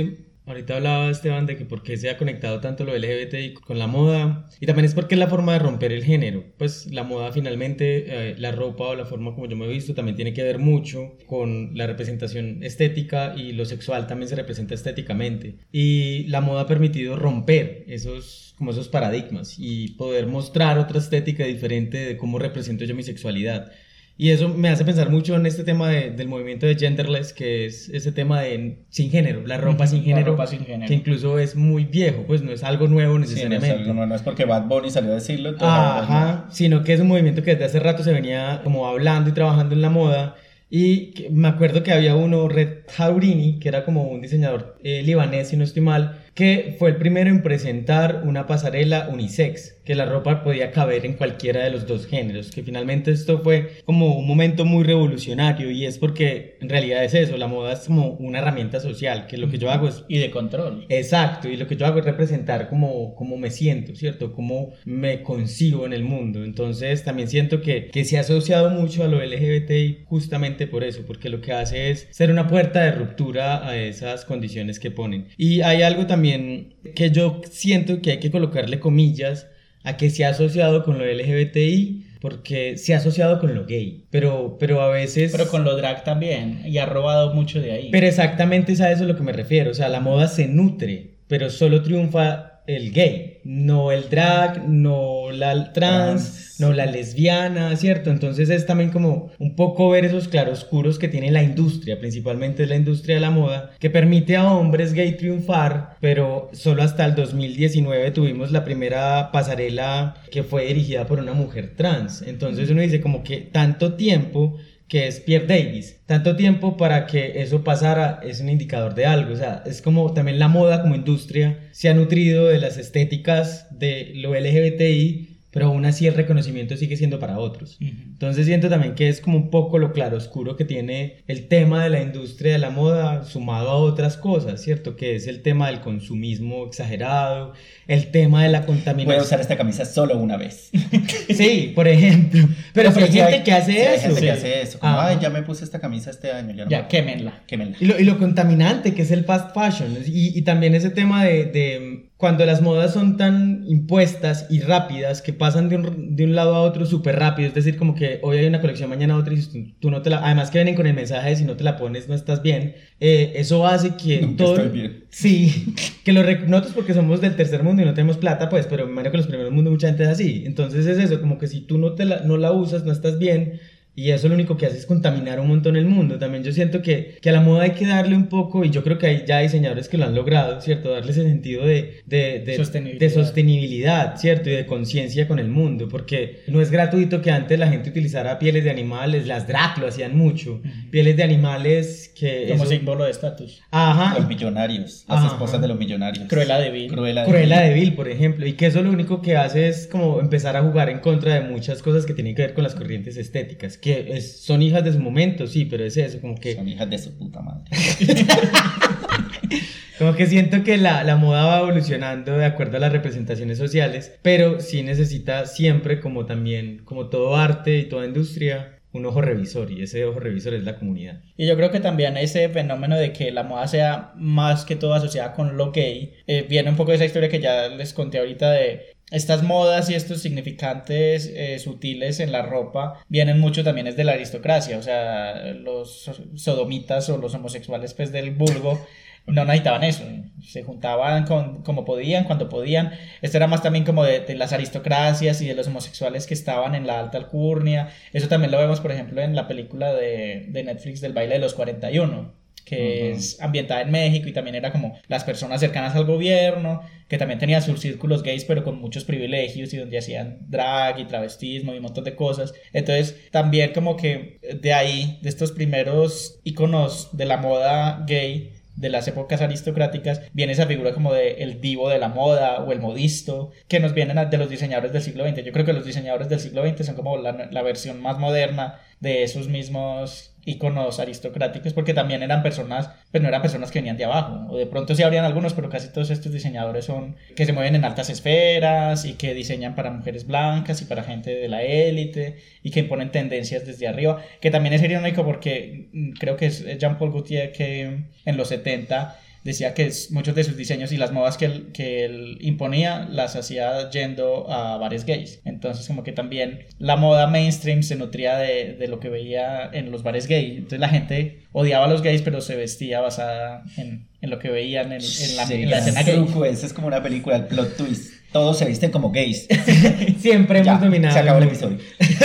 Ahorita hablaba Esteban de que por qué se ha conectado tanto lo L G B T I con la moda, y también es porque es la forma de romper el género. Pues la moda finalmente, eh, la ropa o la forma como yo me he visto también tiene que ver mucho con la representación estética, y lo sexual también se representa estéticamente. Y la moda ha permitido romper esos, como esos paradigmas y poder mostrar otra estética diferente de cómo represento yo mi sexualidad. Y eso me hace pensar mucho en este tema de, del movimiento de genderless, que es ese tema de sin género, la ropa, sin, género, la ropa sin género, que incluso es muy viejo, pues no es algo nuevo necesariamente. Sí, no, es algo, no, no es porque Bad Bunny salió a decirlo. Ajá, no. Sino que es un movimiento que desde hace rato se venía como hablando y trabajando en la moda. Y que, me acuerdo que había uno, Red Haurini, que era como un diseñador eh, libanés, si no estoy mal, que fue el primero en presentar una pasarela unisex, que la ropa podía caber en cualquiera de los dos géneros, que finalmente esto fue como un momento muy revolucionario, y es porque en realidad es eso, la moda es como una herramienta social, que lo que yo hago es... Y de control. Exacto, y lo que yo hago es representar cómo, cómo me siento, ¿cierto? Cómo me concibo en el mundo. Entonces también siento que, que se ha asociado mucho a lo L G B T I justamente por eso, porque lo que hace es ser una puerta de ruptura a esas condiciones que ponen. Y hay algo también que yo siento que hay que colocarle comillas a que se ha asociado con lo L G B T I, porque se ha asociado con lo gay, pero, pero a veces... Pero con lo drag también, y ha robado mucho de ahí. Pero exactamente es a eso a lo que me refiero, o sea, la moda se nutre, pero solo triunfa el gay, no el drag, no la trans, trans, no la lesbiana, ¿cierto? Entonces es también como un poco ver esos claroscuros que tiene la industria, principalmente la industria de la moda, que permite a hombres gay triunfar, pero solo hasta el dos mil diecinueve tuvimos la primera pasarela que fue dirigida por una mujer trans. Entonces uno dice como que tanto tiempo, que es Pierre Davis, tanto tiempo para que eso pasara, es un indicador de algo. O sea, es como también la moda como industria se ha nutrido de las estéticas de lo L G B T I, pero aún así el reconocimiento sigue siendo para otros. Uh-huh. Entonces siento también que es como un poco lo claroscuro que tiene el tema de la industria de la moda sumado a otras cosas, ¿cierto? Que es el tema del consumismo exagerado, el tema de la contaminación. Voy a usar esta camisa solo una vez. Sí, por ejemplo. Pero, pero si hay gente hay, que hace sí, eso. Hay gente sí. que hace eso. Como, ay, ya me puse esta camisa este año. Ya, no ya me... quémenla. quémenla. Y lo, y lo contaminante que es el fast fashion. Y, y también ese tema de... de cuando las modas son tan impuestas y rápidas que pasan de un, de un lado a otro súper rápido, es decir, como que hoy hay una colección, mañana otra, y tú, tú no te la... Además que vienen con el mensaje de si no te la pones no estás bien, eh, eso hace que Nunca todo... estoy bien. Sí, que lo notas porque somos del tercer mundo y no tenemos plata, pues, pero me imagino que en los primeros mundos mucha gente es así. Entonces es eso, como que si tú no, te la, no la usas, no estás bien... Y eso lo único que hace es contaminar un montón el mundo. También yo siento que, que a la moda hay que darle un poco, y yo creo que hay ya diseñadores que lo han logrado, ¿cierto? Darle ese sentido de, de, de, sostenibilidad. de sostenibilidad, ¿cierto? Y de conciencia con el mundo, porque no es gratuito que antes la gente utilizara pieles de animales, las drag lo hacían mucho, uh-huh. Pieles de animales que... Como eso... símbolo de estatus. Ajá. Los millonarios, las Ajá. esposas de los millonarios. Cruella de Vil. Cruella de, Cruella de Vil, por ejemplo, y que eso lo único que hace es como empezar a jugar en contra de muchas cosas que tienen que ver con las corrientes estéticas, que es, son hijas de su momento, sí, pero es eso, como que... Son hijas de su puta madre. Como que siento que la, la moda va evolucionando de acuerdo a las representaciones sociales, pero sí necesita siempre, como también, como todo arte y toda industria, un ojo revisor, y ese ojo revisor es la comunidad. Y yo creo que también ese fenómeno de que la moda sea más que todo asociada con lo gay, eh, viene un poco de esa historia que ya les conté ahorita de... Estas modas y estos significantes eh, sutiles en la ropa vienen mucho también es de la aristocracia, o sea, los sodomitas o los homosexuales pues del burgo no necesitaban eso, se juntaban con, como podían, cuando podían. Esto era más también como de, de las aristocracias y de los homosexuales que estaban en la alta alcurnia. Eso también lo vemos por ejemplo en la película de, de Netflix del baile de los cuarenta y uno, que uh-huh. es ambientada en México, y también era como las personas cercanas al gobierno, que también tenían sus círculos gays, pero con muchos privilegios, y donde hacían drag y travestismo y un montón de cosas. Entonces también como que de ahí, de estos primeros íconos de la moda gay, de las épocas aristocráticas, viene esa figura como de el divo de la moda o el modisto, que nos vienen de los diseñadores del siglo veinte. Yo creo que los diseñadores del siglo veinte son como la, la versión más moderna de esos mismos íconos aristocráticos, porque también eran personas, pues no eran personas que venían de abajo, o de pronto sí habrían algunos, pero casi todos estos diseñadores son que se mueven en altas esferas y que diseñan para mujeres blancas y para gente de la élite y que imponen tendencias desde arriba, que también es irónico porque creo que es Jean Paul Gaultier que en los setenta decía que es, muchos de sus diseños y las modas que él, que él imponía las hacía yendo a bares gays. Entonces como que también la moda mainstream se nutría de, de lo que veía en los bares gay. Entonces la gente odiaba a los gays, pero se vestía basada en, en lo que veían en, en, la, sí, en la escena gay. Truco, esa es como una película, el plot twist. Todos se visten como gays. Siempre Ya, hemos dominado. se acabó el mundo. episodio.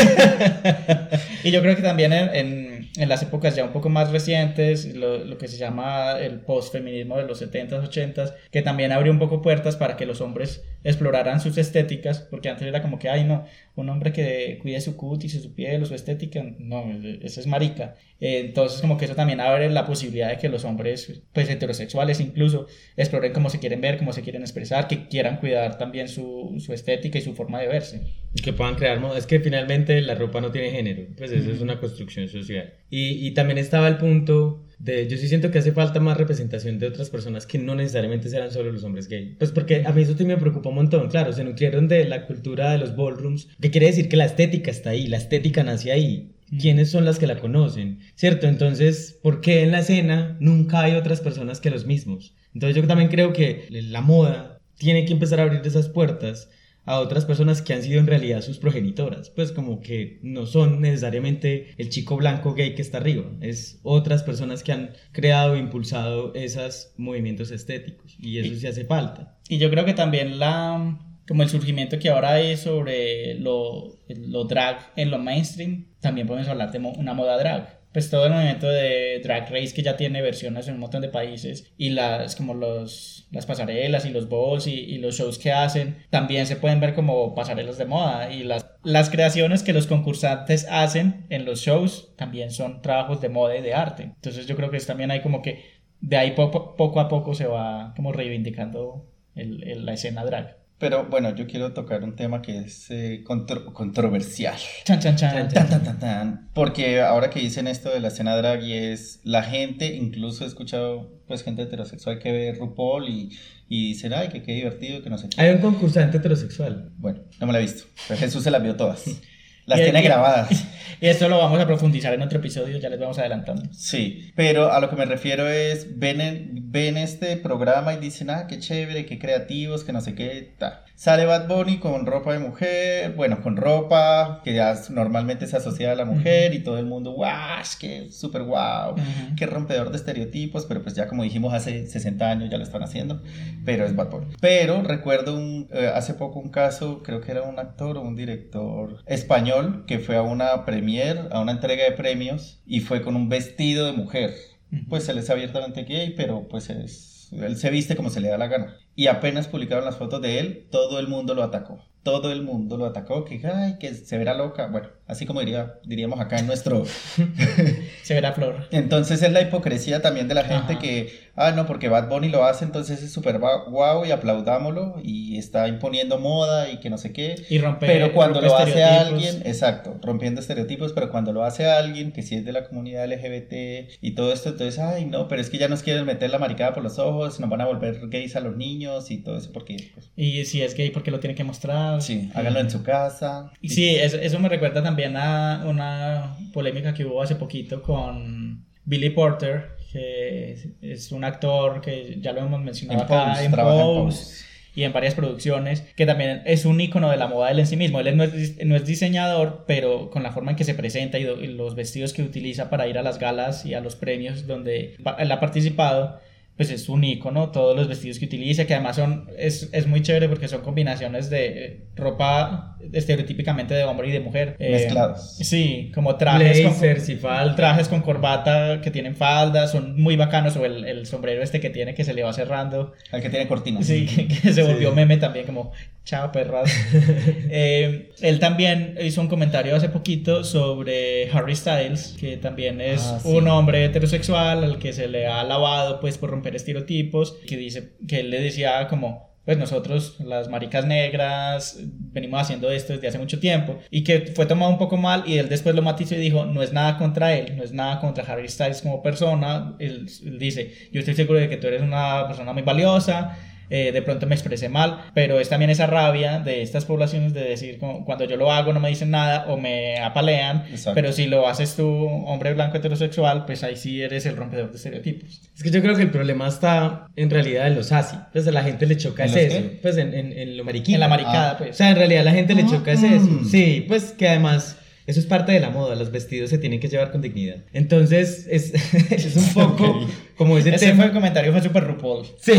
Y yo creo que también en, en, en las épocas ya un poco más recientes, lo, lo que se llama el postfeminismo de los setentas, ochentas, que también abrió un poco puertas para que los hombres exploraran sus estéticas, porque antes era como que, ay no, un hombre que cuide su cutis, su piel o su estética, no, eso es marica. Eh, entonces como que eso también abre la posibilidad de que los hombres, pues heterosexuales incluso, exploren cómo se quieren ver, cómo se quieren expresar, que quieran cuidar también su, su estética y su forma de verse. Que puedan crear moda. Es que finalmente la ropa no tiene género, pues eso es una construcción social. Y, y también estaba el punto de, yo sí siento que hace falta más representación de otras personas que no necesariamente serán solo los hombres gay. Pues porque a mí eso sí me preocupa un montón, claro, se nutrieron de la cultura de los ballrooms, que quiere decir que la estética está ahí, la estética nace ahí. ¿Quiénes son las que la conocen? ¿Cierto? Entonces, ¿por qué en la escena nunca hay otras personas que los mismos? Entonces yo también creo que la moda tiene que empezar a abrir esas puertas a otras personas que han sido en realidad sus progenitoras, pues como que no son necesariamente el chico blanco gay que está arriba, es otras personas que han creado e impulsado esos movimientos estéticos, y eso sí hace falta. Y yo creo que también la, como el surgimiento que ahora hay sobre lo, lo drag en lo mainstream, también podemos hablar de mo- una moda drag. Pues todo el movimiento de Drag Race, que ya tiene versiones en un montón de países, y las como los las pasarelas y los balls y, y los shows que hacen también se pueden ver como pasarelas de moda, y las, las creaciones que los concursantes hacen en los shows también son trabajos de moda y de arte. Entonces yo creo que es, también hay como que de ahí poco, poco a poco se va como reivindicando el, el, la escena drag. Pero bueno, yo quiero tocar un tema que es eh, contro- controversial. Chan, chan, chan. Tan, tan, tan, tan. Porque ahora que dicen esto de la escena drag, y es la gente, incluso he escuchado pues gente heterosexual que ve RuPaul y, y dicen, ay, que qué divertido, que no sé qué. Hay un concursante heterosexual. Bueno, no me la he visto, pero Jesús se las vio todas. Las Y- tiene y- grabadas. Y esto lo vamos a profundizar en otro episodio, ya les vamos adelantando. Sí, pero a lo que me refiero es, ven, en- ven este programa y dicen, ah, qué chévere, qué creativos, que no sé qué, ta. Sale Bad Bunny con ropa de mujer, bueno, con ropa que ya normalmente se asocia a la mujer, uh-huh. Y todo el mundo, guau, qué súper guau, uh-huh. Qué rompedor de estereotipos, pero pues ya como dijimos hace sesenta años ya lo están haciendo, pero es Bad Bunny. Pero recuerdo un, eh, hace poco un caso, creo que era un actor o un director español que fue a una premiere, a una entrega de premios, y fue con un vestido de mujer. Uh-huh. Pues él es abiertamente gay, pero pues es, él se viste como se le da la gana. Y apenas publicaron las fotos de él, todo el mundo lo atacó. Todo el mundo lo atacó, que ay, que se verá loca. Bueno, así como diría, diríamos acá en nuestro... se verá flor. Entonces es la hipocresía también de la gente. Ajá. Que, ah, no, porque Bad Bunny lo hace, entonces es súper guau y aplaudámoslo y está imponiendo moda y que no sé qué. Y rompe, pero cuando rompe lo hace a alguien, exacto, rompiendo estereotipos, pero cuando lo hace a alguien que sí es de la comunidad L G B T y todo esto, entonces, ay, no, pero es que ya nos quieren meter la maricada por los ojos, nos van a volver gays a los niños y todo eso, porque... Pues, y si es gay, porque lo tiene que mostrar. Sí, háganlo en su casa. Y sí, eso, eso me recuerda también a una polémica que hubo hace poquito con Billy Porter, que es un actor que ya lo hemos mencionado en acá Pose, en Pose, Pose y en varias producciones, que también es un ícono de la moda él en sí mismo. Él no es, no es diseñador, pero con la forma en que se presenta y, do, y los vestidos que utiliza para ir a las galas y a los premios donde él ha participado, pues es un ícono, todos los vestidos que utiliza, que además son, es, es muy chévere porque son combinaciones de ropa estereotípicamente de hombre y de mujer. Mezclados. Eh, sí, como trajes Blazers con, y falda. Trajes con corbata que tienen faldas, son muy bacanos, o el, el sombrero este que tiene que se le va cerrando. El que tiene cortinas. Sí, que, que se volvió sí. meme también, como, chao perras. eh, él también hizo un comentario hace poquito sobre Harry Styles, que también es ah, sí. un hombre heterosexual al que se le ha alabado pues por romper estereotipos, que dice que él le decía como, pues nosotros las maricas negras venimos haciendo esto desde hace mucho tiempo, y que fue tomado un poco mal, y él después lo matizó y dijo, no es nada contra él, no es nada contra Harry Styles como persona. Él, él dice, yo estoy seguro de que tú eres una persona muy valiosa, eh, de pronto me expresé mal, pero es también esa rabia de estas poblaciones de decir como, cuando yo lo hago no me dicen nada o me apalean. Exacto. Pero si lo haces tú, hombre blanco heterosexual, pues ahí sí eres el rompedor de estereotipos. Es que yo creo que el problema está en realidad en los asi, pues a la gente le choca es eso, qué? Pues en, en, en lo mariquita. En la maricada, ah. pues. O sea, en realidad a la gente le choca es eso, sí, pues que además... Eso es parte de la moda, los vestidos se tienen que llevar con dignidad. Entonces, es, es un poco okay. como ese, ese tema. Fue el comentario, fue super RuPaul. Sí,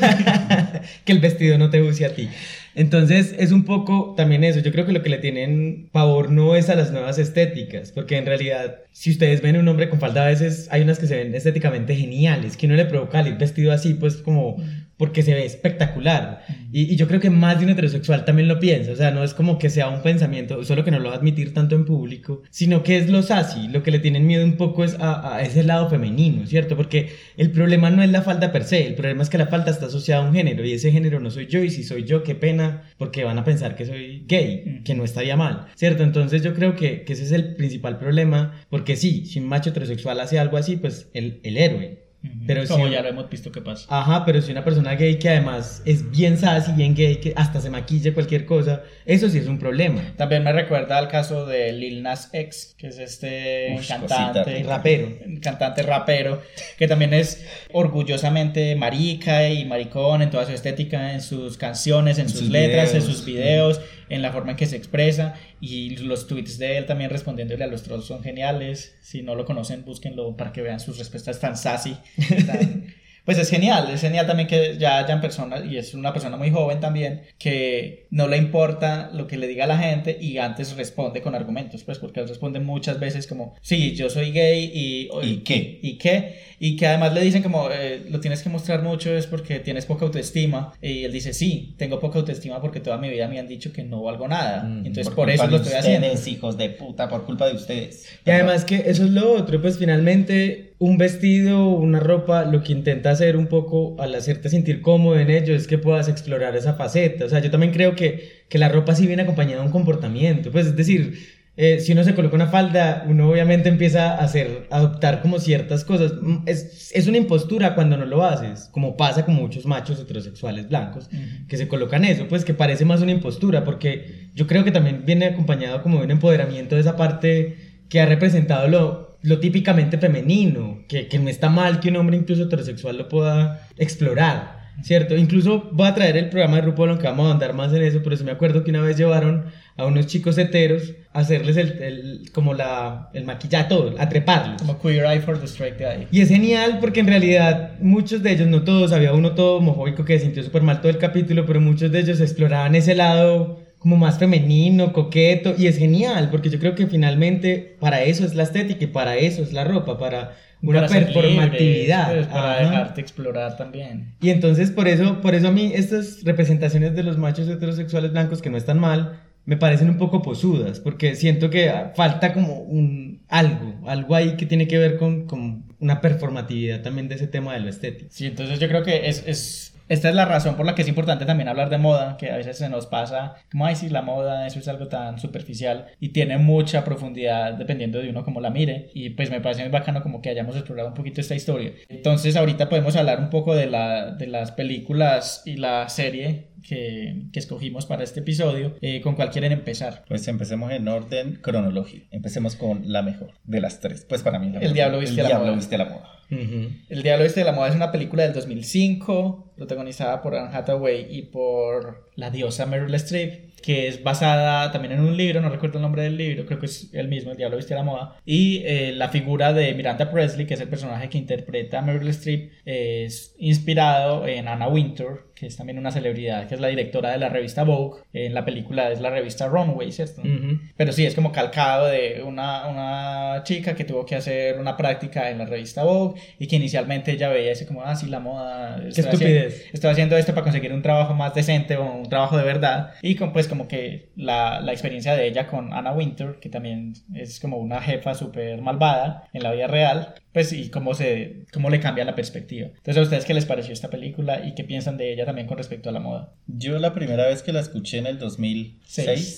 que el vestido no te use a ti. Entonces, es un poco también eso. Yo creo que lo que le tienen pavor no es a las nuevas estéticas, porque en realidad, si ustedes ven un hombre con falda, a veces hay unas que se ven estéticamente geniales, que uno le provoca ir vestido así, pues como... porque se ve espectacular. Y, y yo creo que más de un heterosexual también lo piensa. O sea, no es como que sea un pensamiento, solo que no lo va a admitir tanto en público, sino que es lo sassy. Lo que le tienen miedo un poco es a, a ese lado femenino, ¿cierto? Porque el problema no es la falda per se, el problema es que la falda está asociada a un género, y ese género no soy yo, y si soy yo, qué pena, porque van a pensar que soy gay, que no estaría mal, ¿cierto? Entonces yo creo que, que ese es el principal problema, porque sí, si un macho heterosexual hace algo así, pues el, el héroe. Pero como si, ya lo hemos visto que pasa. Ajá, pero si una persona gay que además es bien sassy, bien gay, que hasta se maquilla cualquier cosa, eso sí es un problema. También me recuerda al caso de Lil Nas X, que es este Uf, cantante cosita, rapero cantante rapero, que también es orgullosamente marica y maricón en toda su estética, en sus canciones, en, en sus, sus letras, videos. en sus videos, mm. en la forma en que se expresa, y los tweets de él también respondiéndole a los trolls son geniales. Si no lo conocen, búsquenlo para que vean sus respuestas tan sassy. Tan... Pues es genial, es genial también que ya hayan personas, y es una persona muy joven también, que no le importa lo que le diga la gente y antes responde con argumentos, pues porque él responde muchas veces como, sí, yo soy gay y... ¿Y qué? ¿Y qué? Y que además le dicen como, eh, lo tienes que mostrar mucho es porque tienes poca autoestima, y él dice, sí, tengo poca autoestima porque toda mi vida me han dicho que no valgo nada, mm, entonces por, por eso lo estoy ustedes, haciendo. Hijos de puta, por culpa de ustedes. Y además que eso es lo otro, pues finalmente un vestido, una ropa, lo que intenta hacer un poco al hacerte sentir cómodo en ello es que puedas explorar esa faceta. O sea, yo también creo que, que la ropa sí viene acompañada de un comportamiento, pues es decir, eh, si uno se coloca una falda, uno obviamente empieza a hacer, a adoptar como ciertas cosas. Es, es una impostura cuando no lo haces, como pasa con muchos machos heterosexuales blancos, uh-huh. que se colocan eso, pues que parece más una impostura, porque yo creo que también viene acompañado como de un empoderamiento de esa parte que ha representado lo, lo típicamente femenino, que, que no está mal que un hombre incluso heterosexual lo pueda explorar, ¿cierto? Incluso voy a traer el programa de RuPaul, aunque vamos a andar más en eso, pero sí me acuerdo que una vez llevaron a unos chicos heteros a hacerles el, el, como la, el maquillaje, todo, a treparlos. Como Queer Eye for the Straight Guy. Y es genial porque en realidad muchos de ellos, no todos, había uno todo homofóbico que se sintió súper mal todo el capítulo, pero muchos de ellos exploraban ese lado como más femenino, coqueto, y es genial, porque yo creo que finalmente para eso es la estética y para eso es la ropa, para una para performatividad, libre, pues, para Ajá. dejarte explorar también. Y entonces por eso, por eso a mí estas representaciones de los machos heterosexuales blancos que no están mal, me parecen un poco posudas, porque siento que falta como un algo, algo ahí que tiene que ver con, con una performatividad también de ese tema de lo estético. Sí, entonces yo creo que es... es... Esta es la razón por la que es importante también hablar de moda, que a veces se nos pasa como, ay, sí, la moda, eso es algo tan superficial y tiene mucha profundidad dependiendo de uno cómo la mire, y pues me parece muy bacano como que hayamos explorado un poquito esta historia. Entonces ahorita podemos hablar un poco de, la, de las películas y la serie que, que escogimos para este episodio. Eh, ¿Con cuál quieren empezar? Pues empecemos en orden cronológico, empecemos con la mejor de las tres, pues para mí la El Diablo Viste a la Moda. Viste la Moda. Uh-huh. El Diablo Viste la Moda es una película del dos mil cinco protagonizada por Anne Hathaway y por la diosa Meryl Streep, que es basada también en un libro, no recuerdo el nombre del libro, creo que es el mismo, El Diablo Viste a la Moda, y eh, la figura de Miranda Presley, que es el personaje que interpreta a Meryl Streep, es inspirado en Anna Wintour, que es también una celebridad, que es la directora de la revista Vogue. En la película es la revista Runway, ¿cierto? Uh-huh. Pero sí, es como calcado de una, una chica que tuvo que hacer una práctica en la revista Vogue y que inicialmente ella veía ese como, ah, sí, la moda, qué estupidez, haciendo, estoy haciendo esto para conseguir un trabajo más decente o un trabajo de verdad, y con, pues como que la, la experiencia de ella con Anna Wintour, que también es como una jefa súper malvada en la vida real, pues y cómo, se, cómo le cambia la perspectiva. Entonces, ¿a ustedes qué les pareció esta película y qué piensan de ella también con respecto a la moda? Yo la primera vez que la escuché en el dos mil seis,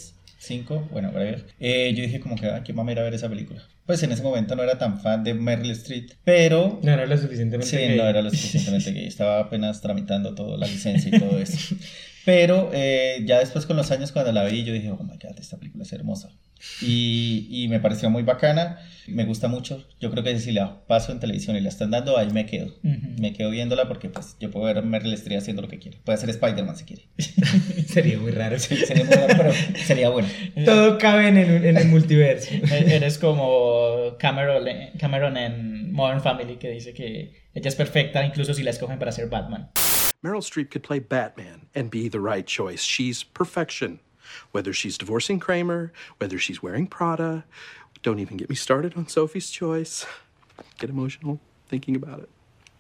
cinco, bueno, a ver. Eh, yo dije como que, ah, qué mamera ver esa película. Pues en ese momento no era tan fan de Meryl Streep, pero... No era lo suficientemente sí, gay. no era lo suficientemente gay. Estaba apenas tramitando todo, la licencia y todo eso. Pero eh, ya después con los años cuando la vi, yo dije, oh my God, esta película es hermosa. Y, y me pareció muy bacana, me gusta mucho. Yo creo que si la paso en televisión y la están dando, ahí me quedo. Uh-huh. Me quedo viéndola porque pues yo puedo ver a Meryl Streep haciendo lo que quiera. Puede ser Spider-Man si quiere. Sería muy raro. Sí, sería muy raro, pero sería bueno. Todo cabe en, un, en el multiverso. Eres como Cameron, Cameron en Modern Family, que dice que ella es perfecta incluso si la escogen para ser Batman. Meryl Streep could play Batman and be the right choice. She's perfection. Whether she's divorcing Kramer, whether she's wearing Prada. Don't even get me started on Sophie's Choice. Get emotional thinking about it.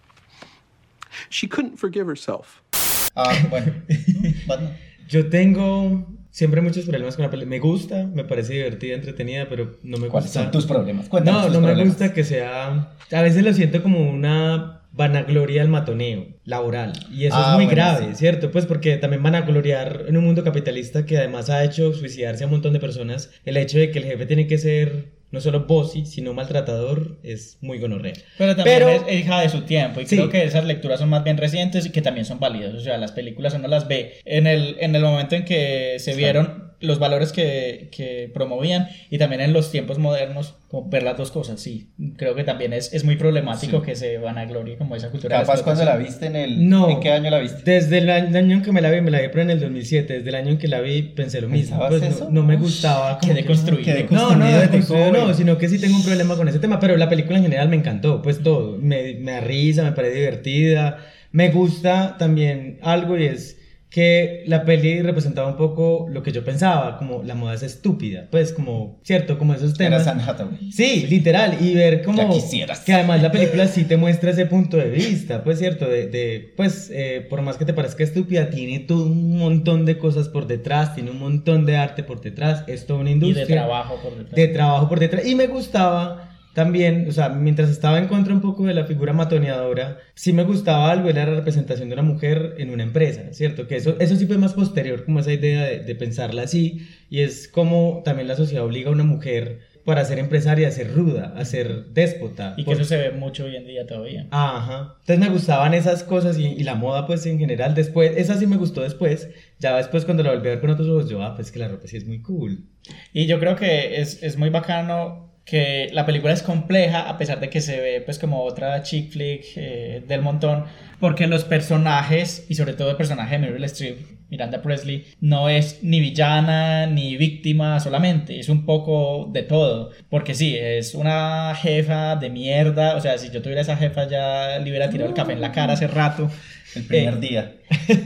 She couldn't forgive herself. Ah, bueno. Batman. Yo tengo siempre muchos problemas con la película. Me gusta, me parece divertida, entretenida, pero no me gusta. ¿Cuáles son tus problemas? Cuéntanos no, tus no problemas. me gusta que sea... A veces lo siento como una vanagloria al matoneo laboral. Y eso ah, es muy bueno, grave, sí. ¿cierto? Pues porque también van a gloriar en un mundo capitalista que además ha hecho suicidarse a un montón de personas. El hecho de que el jefe tiene que ser no solo bossy, sino maltratador, es muy gonorrea. Pero también Pero, es hija de su tiempo. Y sí. creo que esas lecturas son más bien recientes y que también son válidas. O sea, las películas uno las ve en el, en el momento en que se vieron los valores que, que promovían y también en los tiempos modernos, como ver las dos cosas, sí. Creo que también es, es muy problemático sí. que se vanaglorie como esa cultura. Capaz cuando la viste en el... No, ¿en qué año la viste? Desde el año, el año en que me la vi, me la vi pero en el dos mil siete, desde el año en que la vi pensé lo mismo. Pues eso? No, no me gustaba. Que deconstruido. No, no, deconstruido no, sino que sí tengo un problema con ese tema, pero la película en general me encantó, pues todo, me, me da risa, me parece divertida, me gusta también algo y es que la peli representaba un poco lo que yo pensaba, como la moda es estúpida, pues como, cierto, como esos temas. Era Anne Hathaway. Sí, literal, y ver como... Ya quisieras. Que además la película sí te muestra ese punto de vista, pues cierto, de, de pues eh, por más que te parezca estúpida, tiene todo un montón de cosas por detrás, tiene un montón de arte por detrás, es toda una industria. Y de trabajo por detrás. De trabajo por detrás, y me gustaba... También, o sea, mientras estaba en contra un poco de la figura matoneadora, sí me gustaba algo, era la representación de una mujer en una empresa, ¿cierto? Que eso, eso sí fue más posterior, como esa idea de, de pensarla así, y es como también la sociedad obliga a una mujer para ser empresaria a ser ruda, a ser déspota. Y que por... eso se ve mucho hoy en día todavía. Ajá. Entonces me gustaban esas cosas y, y la moda pues en general, después, esa sí me gustó después, ya después cuando la volví a ver con otros ojos, yo, ah, pues que la ropa sí es muy cool. Y yo creo que es, es muy bacano que la película es compleja a pesar de que se ve pues como otra chick flick eh, del montón, porque los personajes y sobre todo el personaje de Meryl Streep, Miranda Presley, no es ni villana ni víctima solamente, es un poco de todo, porque sí, es una jefa de mierda, o sea, si yo tuviera esa jefa ya le hubiera tirado el café en la cara hace rato. El primer eh, día.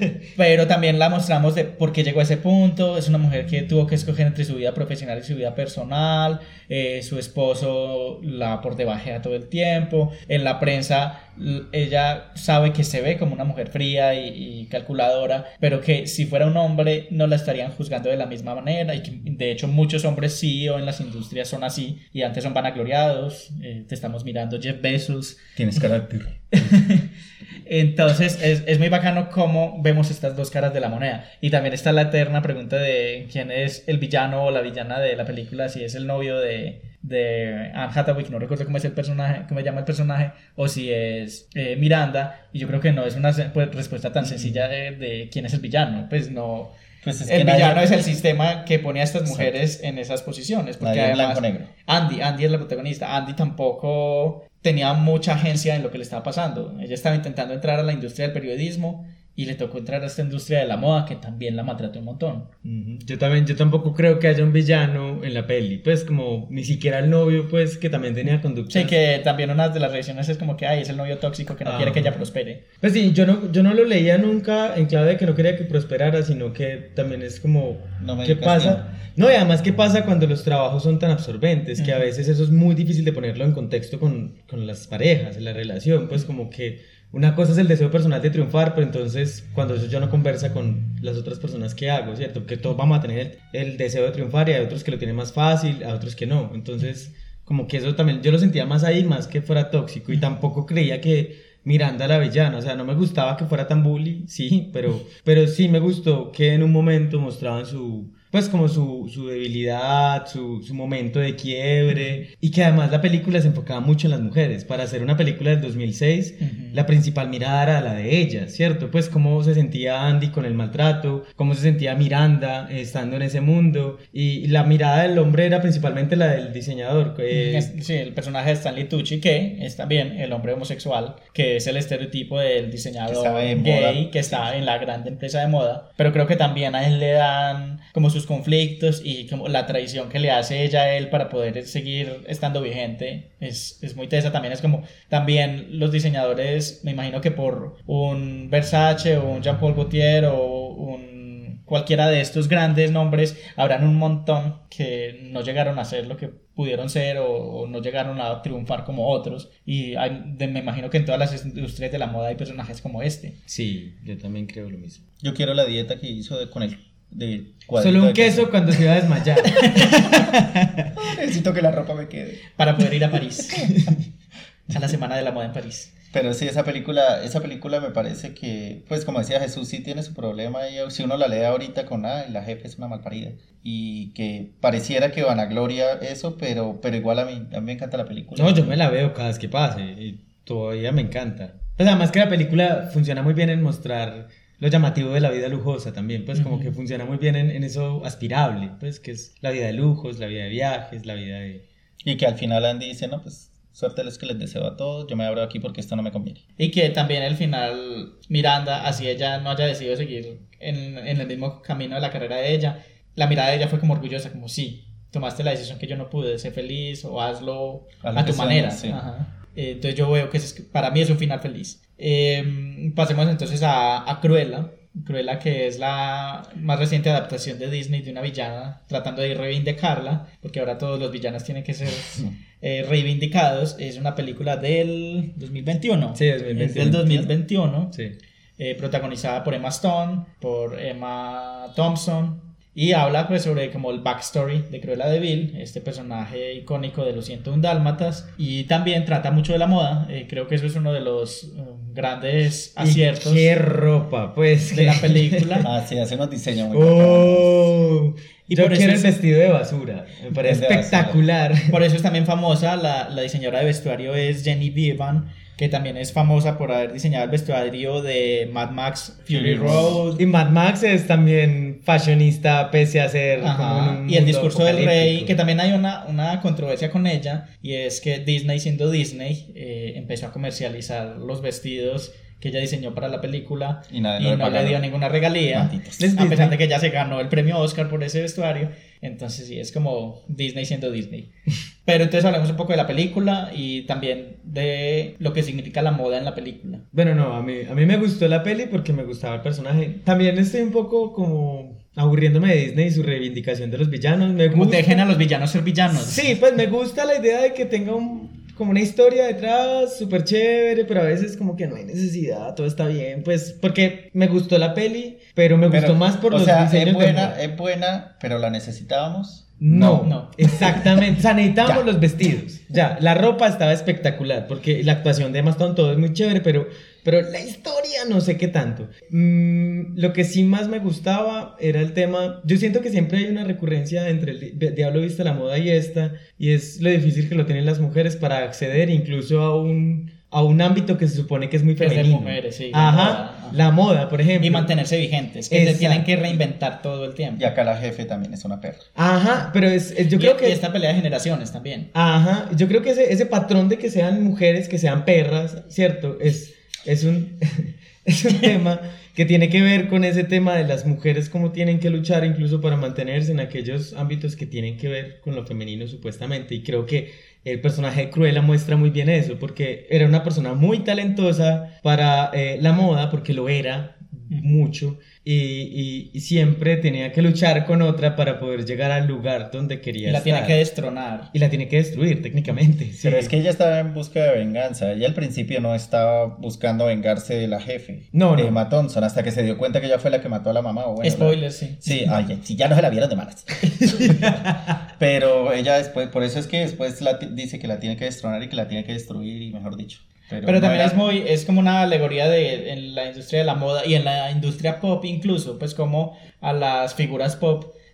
Pero también la mostramos de por qué llegó a ese punto. Es una mujer que tuvo que escoger entre su vida profesional y su vida personal. Eh, su esposo la por debajea todo el tiempo. En la prensa ella sabe que se ve como una mujer fría y, y calculadora, pero que si fuera un hombre no la estarían juzgando de la misma manera, y que de hecho muchos hombres C E O en las industrias son así y antes son vanagloriados. Eh, te estamos mirando, Jeff Bezos. Tienes carácter. Entonces es, es muy bacano cómo vemos estas dos caras de la moneda. Y también está la eterna pregunta de quién es el villano o la villana de la película, si es el novio de, de Anne Hathaway, que no recuerdo cómo es el personaje, cómo se llama el personaje, o si es eh, Miranda. Y yo creo que no es una pues, respuesta tan sencilla de, de quién es el villano. Pues no... Pues es el que villano nadie... es el sistema que pone a estas mujeres en esas posiciones, porque nadie además blanco, negro. Andy, Andy es la protagonista. Andy tampoco tenía mucha agencia en lo que le estaba pasando. Ella estaba intentando entrar a la industria del periodismo y le tocó entrar a esta industria de la moda, que también la maltrató un montón. Uh-huh. Yo también, yo tampoco creo que haya un villano en la peli, pues como ni siquiera el novio, pues que también tenía conductas. Sí, que también una de las reacciones es como que, ay, es el novio tóxico que no ah. quiere que ella prospere. Pues sí, yo no, yo no lo leía nunca en clave de que no quería que prosperara, sino que también es como, no ¿qué pasa? No, y además, ¿qué pasa cuando los trabajos son tan absorbentes? Uh-huh. Que a veces eso es muy difícil de ponerlo en contexto con, con las parejas, en la relación, pues como que una cosa es el deseo personal de triunfar, pero entonces cuando eso yo no conversa con las otras personas que hago, ¿cierto? Que todos vamos a tener el, el deseo de triunfar y hay otros que lo tienen más fácil, a otros que no. Entonces, como que eso también, yo lo sentía más ahí, más que fuera tóxico, y tampoco creía que Miranda la villana, o sea, no me gustaba que fuera tan bully, sí, pero, pero sí me gustó que en un momento mostraban su... pues como su, su debilidad, su, su momento de quiebre, y que además la película se enfocaba mucho en las mujeres. Para hacer una película del dos mil seis, uh-huh. la principal mirada era la de ella, ¿cierto? Pues cómo se sentía Andy con el maltrato, cómo se sentía Miranda eh, estando en ese mundo, y la mirada del hombre era principalmente la del diseñador. Eh... Sí, el personaje de Stanley Tucci, que es también el hombre homosexual, que es el estereotipo del diseñador que gay, moda. Que está en la grande empresa de moda, pero creo que también a él le dan como sus conflictos y como la traición que le hace ella a él para poder seguir estando vigente es, es muy tesa. También es como, también los diseñadores, me imagino que por un Versace o un Jean Paul Gaultier o un cualquiera de estos grandes nombres, habrán un montón que no llegaron a ser lo que pudieron ser o, o no llegaron a triunfar como otros, y hay, de, me imagino que en todas las industrias de la moda hay personajes como este. Sí, yo también creo lo mismo. Yo quiero la dieta que hizo de, con el de solo un queso, queso cuando se iba a desmayar. Necesito que la ropa me quede para poder ir a París a la semana de la moda en París. Pero sí, esa película, esa película me parece que, pues como decía Jesús, sí tiene su problema, y si uno la lee ahorita con, ah, la jefe es una malparida, y que pareciera que vanagloria eso, pero, pero igual a mí, a mí me encanta la película. No, yo me la veo cada vez que pase, y todavía me encanta. Pues además que la película funciona muy bien en mostrar lo llamativo de la vida lujosa también, pues uh-huh. como que funciona muy bien en, en eso aspirable, pues que es la vida de lujos, la vida de viajes, la vida de... Y que al final Andy dice, no, pues... suerte los que les deseo a todos, yo me abro aquí porque esto no me conviene. Y que también al final Miranda, así ella no haya decidido seguir en, en el mismo camino de la carrera de ella, la mirada de ella fue como orgullosa, como sí, tomaste la decisión que yo no pude, sé feliz o hazlo a, a tu manera. Sí. Ajá. Eh, entonces yo veo que es, para mí es un final feliz. Eh, pasemos entonces a, a Cruella. Cruella, que es la más reciente adaptación de Disney de una villana, tratando de reivindicarla, porque ahora todos los villanos tienen que ser eh, reivindicados. Es una película del dos mil veintiuno. Sí, dos mil veintiuno. Es del dos mil veintiuno. Sí. Eh, protagonizada por Emma Stone, por Emma Thompson, y habla pues sobre como el backstory de Cruella de Vil, este personaje icónico de los ciento uno Dálmatas, y también trata mucho de la moda. Eh, creo que eso es uno de los um, grandes aciertos. ¿Y qué ropa, pues? De la película. Ah, sí, hace unos diseños muy oh, y yo por quiero eso el vestido de basura, me parece espectacular. Por eso es también famosa, la, la diseñadora de vestuario es Jenny Bevan, que también es famosa por haber diseñado el vestuario de Mad Max Fury Road. Y Mad Max es también fashionista pese a ser como un y el discurso del rey, que también hay una, una controversia con ella, y es que Disney, siendo Disney, eh, empezó a comercializar los vestidos que ella diseñó para la película y, nada, no, y no le dio ninguna regalía, Malditos. A pesar de que ella se ganó el premio Oscar por ese vestuario. Entonces sí, es como Disney siendo Disney. Pero entonces hablamos un poco de la película y también de lo que significa la moda en la película. Bueno, no, a mí, a mí me gustó la peli porque me gustaba el personaje. También estoy un poco como aburriéndome de Disney y su reivindicación de los villanos. Me como gusta... dejen a los villanos ser villanos. Sí, pues me gusta la idea de que tenga un... como una historia detrás, súper chévere, pero a veces como que no hay necesidad, todo está bien, pues, porque me gustó la peli, pero me pero, gustó más por o los sea, diseños es buena, de... es buena, pero ¿la necesitábamos? No, no, exactamente, o sea, necesitábamos los vestidos, ya, la ropa estaba espectacular, porque la actuación de Emma Stone, todo es muy chévere, pero... pero la historia no sé qué tanto. Mm, lo que sí más me gustaba era el tema... Yo siento que siempre hay una recurrencia entre el Diablo Viste a la Moda y esta, y es lo difícil que lo tienen las mujeres para acceder incluso a un, a un ámbito que se supone que es muy femenino. Es de mujeres, sí. Ajá, la moda, ajá. La moda, por ejemplo. Y mantenerse vigentes, que se tienen que reinventar todo el tiempo. Y acá la jefe también es una perra. Ajá, pero es, es yo y, creo que... Y esta pelea de generaciones también. Ajá, yo creo que ese, ese patrón de que sean mujeres, que sean perras, ¿cierto? Es... Es un, es un tema que tiene que ver con ese tema de las mujeres, cómo tienen que luchar incluso para mantenerse en aquellos ámbitos que tienen que ver con lo femenino supuestamente, y creo que el personaje de Cruella muestra muy bien eso, porque era una persona muy talentosa para eh, la moda, porque lo era mucho, y, y, y siempre tenía que luchar con otra para poder llegar al lugar donde quería y la estar. tiene que destronar. Y la tiene que destruir técnicamente. Sí. Pero es que ella estaba en busca de venganza. Ella al principio no estaba buscando vengarse de la jefe. No, no. De Emma Thompson, hasta que se dio cuenta que ella fue la que mató a la mamá. O bueno, Spoiler, la... sí. Sí, ay, si ya no se la vieron de malas. Pero ella después, por eso es que después la t- dice que la tiene que destronar y que la tiene que destruir, y mejor dicho. Pero, Pero también era... es muy, es como una alegoría de en la industria de la moda y en la industria pop incluso, pues como a las figuras pop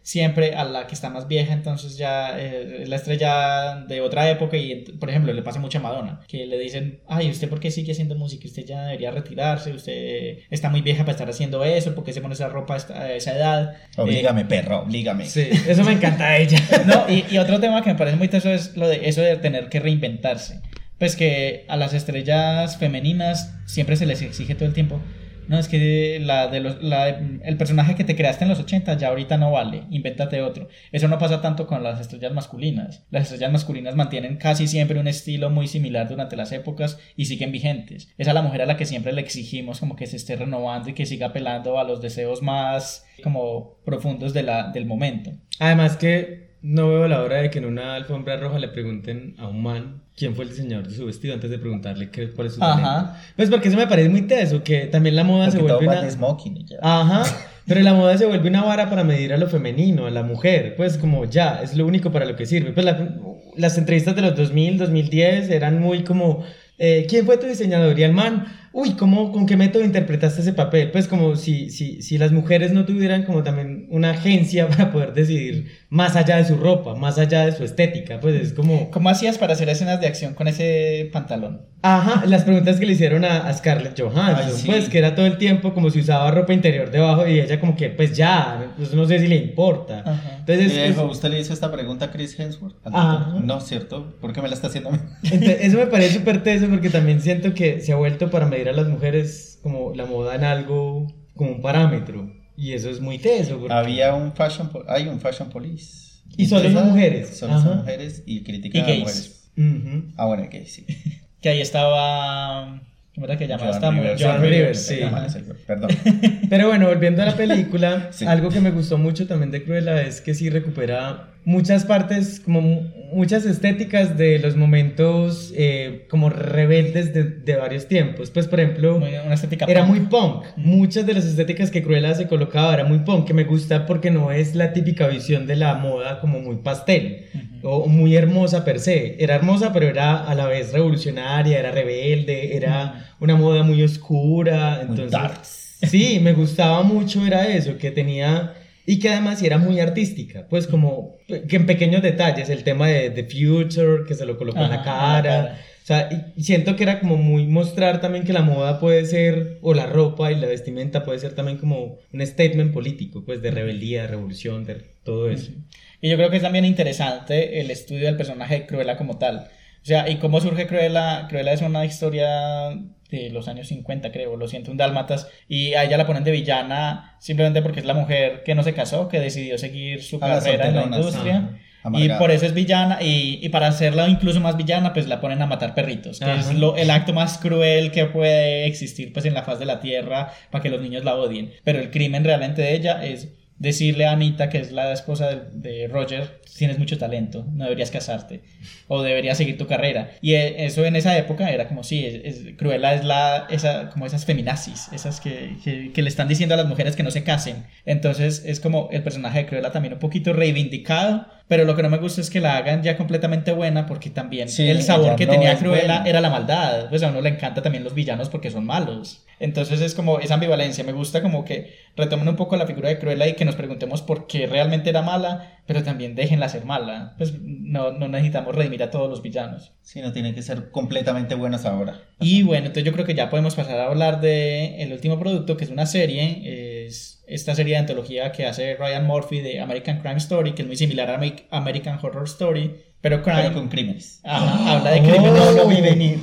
siempre a la que está más vieja, entonces ya eh, la estrella de otra época y, por ejemplo, le pasa mucho a Madonna, que le dicen, ay, ¿usted por qué sigue haciendo música? Usted ya debería retirarse, usted está muy vieja para estar haciendo eso, ¿por qué se pone esa ropa a esa edad? Oblígame, eh, perro, oblígame. Sí, eso me encanta de ella. No, y, y otro tema que me parece muy teso es lo de eso de tener que reinventarse. Pues que a las estrellas femeninas siempre se les exige todo el tiempo. No, es que la de los, la, el personaje que te creaste en los ochenta ya ahorita no vale, invéntate otro. Eso no pasa tanto con las estrellas masculinas. Las estrellas masculinas mantienen casi siempre un estilo muy similar durante las épocas y siguen vigentes. Es a la mujer a la que siempre le exigimos como que se esté renovando y que siga apelando a los deseos más como profundos de la, del momento. Además que no veo la hora de que en una alfombra roja le pregunten a un man quién fue el diseñador de su vestido antes de preguntarle qué, cuál es su talento. Ajá. Pues porque eso me parece muy teso, que también la moda Porque se vuelve todo una... va de smoking y ya. Ajá, pero la moda se vuelve una vara para medir a lo femenino, a la mujer, pues como ya, es lo único para lo que sirve. Pues la, las entrevistas de los dos mil, dos mil diez eran muy como, eh, ¿quién fue tu diseñador? Y al man, uy, ¿cómo, con qué método interpretaste ese papel? Pues como si, si, si las mujeres no tuvieran como también una agencia para poder decidir más allá de su ropa, más allá de su estética, pues es como... ¿Cómo hacías para hacer escenas de acción con ese pantalón? Ajá, las preguntas que le hicieron a, a Scarlett Johansson, Ay, sí. pues que era todo el tiempo como si usaba ropa interior debajo y ella como que pues ya, pues no sé si le importa. Ajá. Entonces, Eh, pues, ¿usted le hizo esta pregunta a Chris Hemsworth? Ajá. No, ¿cierto? ¿Por qué me la está haciendo a mí? entonces, eso me parece súper teso porque también siento que se ha vuelto para medir a las mujeres como la moda en algo, como un parámetro. Y eso es muy teso. Porque... Había un fashion, po- hay un fashion police. Y solo son mujeres. Solo Ajá. son mujeres y critican Y a gays. mujeres. Ujú. Ah, bueno, gays, sí. Que ahí estaba... ¿Cómo era que llamaba esta Joan mujer? Rivers. Joan Rivers, sí. Llama ese, Perdón. Pero bueno, volviendo a la película, Sí. algo que me gustó mucho también de Cruella es que sí recupera muchas partes, como mu- muchas estéticas de los momentos eh, como rebeldes de, de varios tiempos. Pues, por ejemplo, Muy- una estética era punk. muy punk. Muchas de las estéticas que Cruella se colocaba era muy punk, que me gusta porque no es la típica visión de la moda como muy pastel o muy hermosa per se. Era hermosa, pero era a la vez revolucionaria, era rebelde, era una moda muy oscura. Muy Entonces, darks. sí, me gustaba mucho, era eso, que tenía... Y que además era muy artística, pues como que en pequeños detalles, el tema de The Future, que se lo colocó en la Ajá, cara, en la cara. o sea, y siento que era como muy mostrar también que la moda puede ser, o la ropa y la vestimenta puede ser también como un statement político, pues de rebeldía, de revolución, de todo eso. Y yo creo que es también interesante el estudio del personaje de Cruella como tal. O sea, ¿y cómo surge Cruella? Cruella es una historia de los años cincuenta, creo, los ciento un dálmatas, y a ella la ponen de villana simplemente porque es la mujer que no se casó, que decidió seguir su A las carrera en la solteronas, industria. ajá. Y Amargada. por eso es villana, y, y para hacerla incluso más villana, pues la ponen a matar perritos, que Ajá. es lo, el acto más cruel que puede existir pues en la faz de la tierra para que los niños la odien. Pero el crimen realmente de ella es decirle a Anita, que es la esposa de, de Roger, tienes mucho talento, no deberías casarte o deberías seguir tu carrera. Y eso en esa época era como, sí, es, es, Cruella es la, esa, como esas feminazis, esas que, que, que le están diciendo a las mujeres que no se casen. Entonces es como el personaje de Cruella también un poquito reivindicado, pero lo que no me gusta es que la hagan ya completamente buena, porque también Sí, el sabor ella que no tenía es Cruella buena. era la maldad. Pues a uno le encanta también los villanos porque son malos. Entonces es como esa ambivalencia. Me gusta como que retomen un poco la figura de Cruella y que nos preguntemos por qué realmente era mala, pero también déjenla ser mala. Pues no, no necesitamos redimir a todos los villanos. Sí, no tienen que ser completamente buenos ahora. Y bueno, entonces yo creo que ya podemos pasar a hablar de el último producto, que es una serie. Es esta serie de antología que hace Ryan Murphy de American Crime Story, que es muy similar a Amer- American Horror Story, pero, crime, Pero con crímenes. Ajá, habla de crímenes. Oh. No lo vi venir.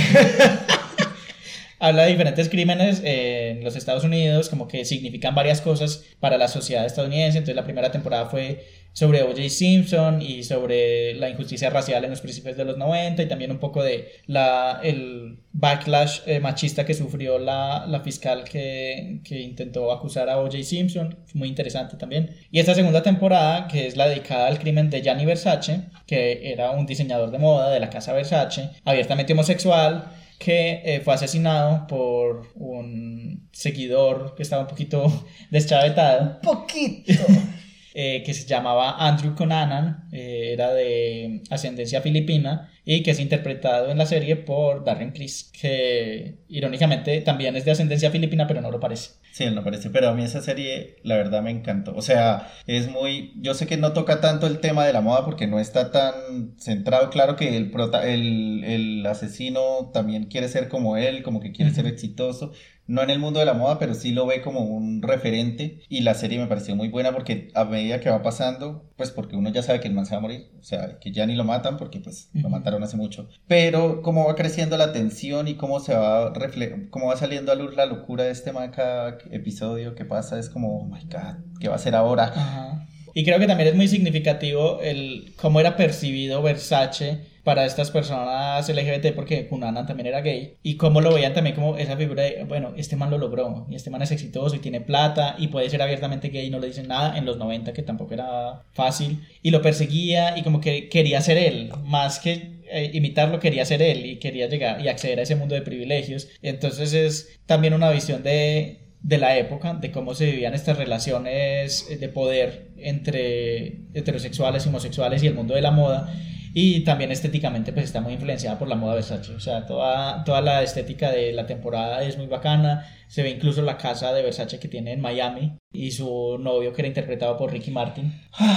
Habla de diferentes crímenes eh, en los Estados Unidos, como que significan varias cosas para la sociedad estadounidense. Entonces la primera temporada fue sobre O J Simpson y sobre la injusticia racial en los principios de los noventa, y también un poco de la, el backlash eh, machista que sufrió la, la fiscal que, que intentó acusar a O J Simpson. Fue muy interesante también. Y esta segunda temporada, que es la dedicada al crimen de Gianni Versace, que era un diseñador de moda de la casa Versace, abiertamente homosexual, que eh, fue asesinado por un seguidor que estaba un poquito deschavetado. Poquito. Eh, que se llamaba Andrew Cunanan, eh, era de ascendencia filipina, y que es interpretado en la serie por Darren Criss, que irónicamente también es de ascendencia filipina, pero no lo parece. Sí, él no parece, pero a mí esa serie la verdad me encantó. O sea, es muy... Yo sé que no toca tanto el tema de la moda porque no está tan centrado. Claro que el, prota... el, el asesino también quiere ser como él, como que quiere uh-huh. ser exitoso. No en el mundo de la moda, pero sí lo ve como un referente. Y la serie me pareció muy buena porque a medida que va pasando, pues porque uno ya sabe que el man se va a morir. O sea, que ya ni lo matan porque pues uh-huh. lo mataron hace mucho. Pero cómo va creciendo la tensión y cómo se va refle... cómo va saliendo a luz la locura de este man cada episodio que pasa. Es como, oh my God, ¿qué va a hacer ahora? Ajá. Y creo que también es muy significativo el cómo era percibido Versace para estas personas L G B T, porque Cunanan también era gay, y cómo lo veían también como esa figura de, bueno, este man lo logró, y este man es exitoso y tiene plata, y puede ser abiertamente gay y no le dicen nada, en los noventa, que tampoco era fácil, y lo perseguía, y como que quería ser él, más que eh, imitarlo, quería ser él, y quería llegar y acceder a ese mundo de privilegios. Entonces es también una visión de... de la época, de cómo se vivían estas relaciones de poder entre heterosexuales y homosexuales y el mundo de la moda, y también estéticamente pues está muy influenciada por la moda Versace. O sea, toda, toda la estética de la temporada es muy bacana. Se ve incluso la casa de Versace que tiene en Miami y su novio, que era interpretado por Ricky Martin.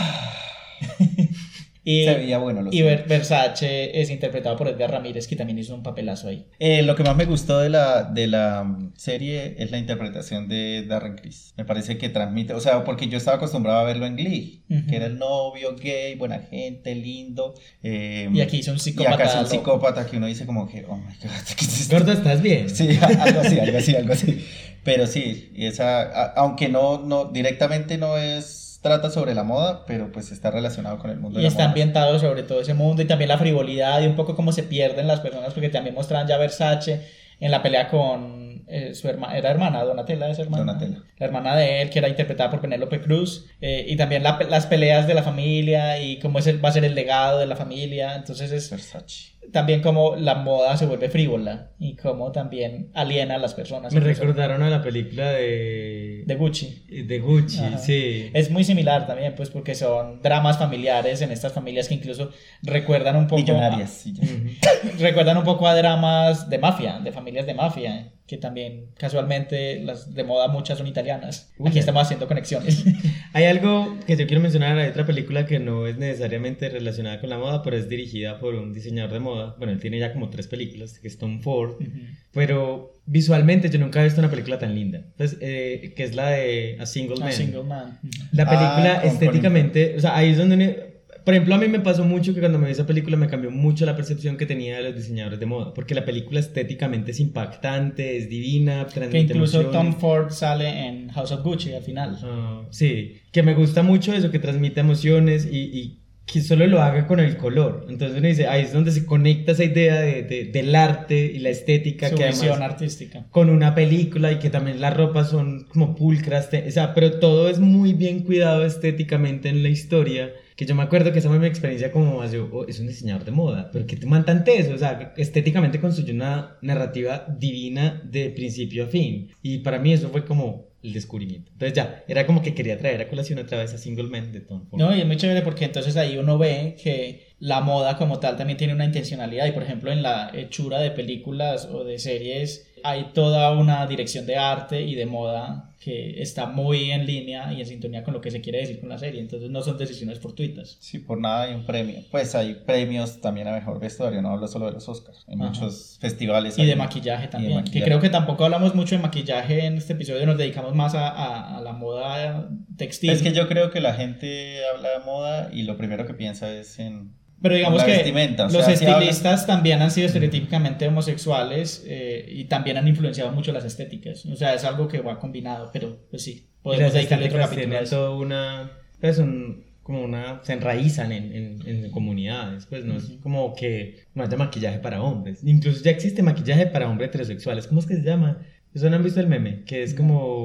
Y, se veía bueno. Y Ver, Versace es interpretado por Edgar Ramírez, que también hizo un papelazo ahí. Eh, lo que más me gustó de la, de la serie es la interpretación de Darren Criss. Me parece que transmite, o sea, porque yo estaba acostumbrado a verlo en Glee, uh-huh. que era el novio gay, buena gente, lindo. Eh, y aquí hizo un psicópata. Y acá es un psicópata que uno dice como que, oh my God, ¿qué es esto? Gordo, ¿estás bien? Sí, algo así, algo así, algo así. Pero sí, esa, a, aunque no, no, directamente no es... trata sobre la moda, pero pues está relacionado con el mundo y de la está moda. ambientado sobre todo ese mundo, y también la frivolidad y un poco cómo se pierden las personas, porque también mostraban ya Versace en la pelea con eh, su hermana, era hermana, Donatella es hermana, Donatella. La hermana de él, que era interpretada por Penélope Cruz, eh, y también la, las peleas de la familia y cómo es el, va a ser el legado de la familia. Entonces es Versace. También como la moda se vuelve frívola y cómo también aliena a las personas. Me recordaron a la película de... de Gucci. De Gucci, ajá. Sí. Es muy similar también, pues, porque son dramas familiares en estas familias que incluso recuerdan un poco... Millonarias, a, sí. recuerdan un poco a dramas de mafia, de familias de mafia, que también casualmente las de moda muchas son italianas. Uy, Aquí estamos haciendo conexiones. Hay algo que yo quiero mencionar, hay otra película que no es necesariamente relacionada con la moda, pero es dirigida por un diseñador de moda. Bueno, él tiene ya como tres películas, que es Tom Ford, uh-huh. pero visualmente yo nunca he visto una película tan linda. Entonces, eh, que es la de A Single Man. A Single Man. Uh-huh. La película ah, estéticamente, con... o sea, ahí es donde... Uno, por ejemplo, a mí me pasó mucho que cuando me vi esa película me cambió mucho la percepción que tenía de los diseñadores de moda, porque la película estéticamente es impactante, es divina, transmite que incluso emoción. Tom Ford sale en House of Gucci al final. Uh, sí, que me gusta mucho eso, que transmite emociones y, y que solo lo haga con el color. Entonces uno dice, ahí es donde se conecta esa idea de, de, del arte y la estética. Su que visión además, artística. Con una película, y que también las ropas son como pulcras, te, o sea, pero todo es muy bien cuidado estéticamente en la historia. Que yo me acuerdo que esa fue mi experiencia como más, yo, oh, es un diseñador de moda, pero que te mandan eso, o sea, estéticamente construyó una narrativa divina de principio a fin. Y para mí eso fue como el descubrimiento. Entonces ya, era como que quería traer a colación otra vez a Single Man de Tom Ford. No, y es muy chévere porque entonces ahí uno ve que la moda como tal también tiene una intencionalidad, y por ejemplo en la hechura de películas o de series hay toda una dirección de arte y de moda que está muy en línea y en sintonía con lo que se quiere decir con la serie. Entonces no son decisiones fortuitas. Sí, por nada hay un premio. Pues hay premios también a mejor vestuario, no hablo solo de los Oscars, en Ajá. muchos festivales. Y de maquillaje también, de maquillaje. Que creo que tampoco hablamos mucho de maquillaje en este episodio, nos dedicamos más a, a, a la moda textil. Es que yo creo que la gente habla de moda y lo primero que piensa es en... Pero digamos que vestimenta, o los sea, estilistas si también han sido estereotípicamente homosexuales, eh, y también han influenciado mucho las estéticas. O sea, es algo que va combinado, pero pues sí, podemos dedicarle otro capítulo a eso. Una, pues un, como una, se enraizan en, en, en comunidades, pues no uh-huh. es como que no haya maquillaje para hombres. Incluso ya existe maquillaje para hombres heterosexuales. ¿Cómo es que se llama? ¿Eso no han visto el meme? Que es como...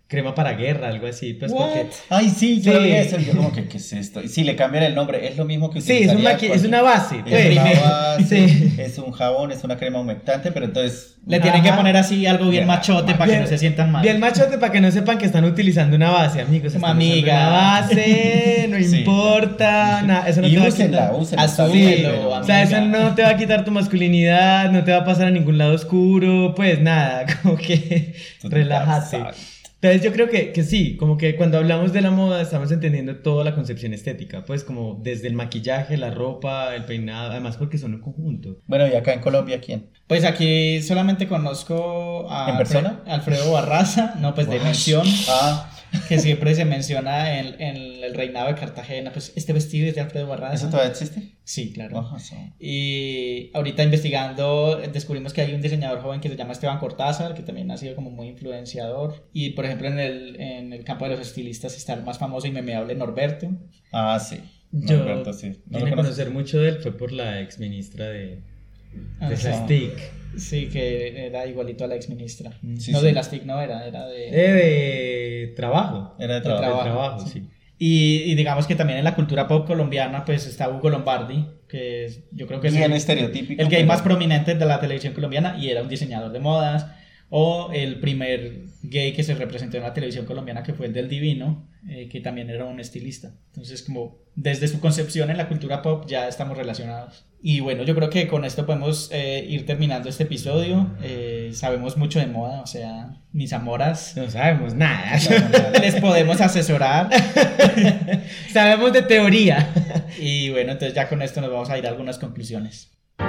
crema para guerra, algo así, pues What? porque... Ay, sí, yo Sí. vi eso. Yo como que, ¿qué es esto? Y sí, le cambian el nombre. Es lo mismo que Sí, es, un utilizaría maqui- es cualquier- una base, Es pues. una base, Sí. es un jabón, es una crema humectante, pero entonces... Le tienen que Ajá. poner así algo bien Bien, machote para que Bien- no se sientan mal. Bien machote para que no sepan que están utilizando una base, amigos. Como están usando amiga. Una base, no Sí. importa, nada, eso no Y te va a úsenla, quitar. úsenla. Azul, está bien, pero- pero- O sea, eso no te va a quitar tu masculinidad, no te va a pasar a ningún lado oscuro, pues nada, como que Tú te relájate. pasas. Entonces yo creo que, que sí, como que cuando hablamos de la moda estamos entendiendo toda la concepción estética, pues como desde el maquillaje, la ropa, el peinado, además porque son un conjunto. Bueno, y acá en Colombia, ¿quién? Pues aquí solamente conozco a ¿En persona? Alfre- Alfredo Barraza, no, pues de Guay. mención, Ah, que siempre se menciona en, en el reinado de Cartagena, pues este vestido es de Alfredo Barraza. ¿eso todavía existe? Sí, claro. Ajá, sí. Y ahorita investigando descubrimos que hay un diseñador joven que se llama Esteban Cortázar, que también ha sido como muy influenciador. Y por ejemplo en el, en el campo de los estilistas está el más famoso y memeable Norberto. Ah, sí. Yo Norberto, sí. ¿No lo vine a conoces? conocer mucho de él fue por la ex ministra de, Ah, de sí. la STIC. Sí, que era igualito a la ex ministra. Sí, no, sí. de las T I C no era, era de... Eh, de trabajo. Era de De trabajo. De trabajo, trabajo, sí. sí. Y, y digamos que también en la cultura pop colombiana pues está Hugo Lombardi, que es, yo creo que es Bien el, estereotípico. el gay pero- más prominente de la televisión colombiana y era un diseñador de modas. O el primer gay que se representó en la televisión colombiana, que fue el del Divino, eh, que también era un estilista. Entonces, como desde su concepción en la cultura pop ya estamos relacionados. Y bueno, yo creo que con esto podemos eh, ir terminando este episodio. Eh, sabemos mucho de moda, o sea, mis amoras, No sabemos nada. les podemos asesorar. Sabemos de teoría. Y bueno, entonces ya con esto nos vamos a ir a algunas conclusiones.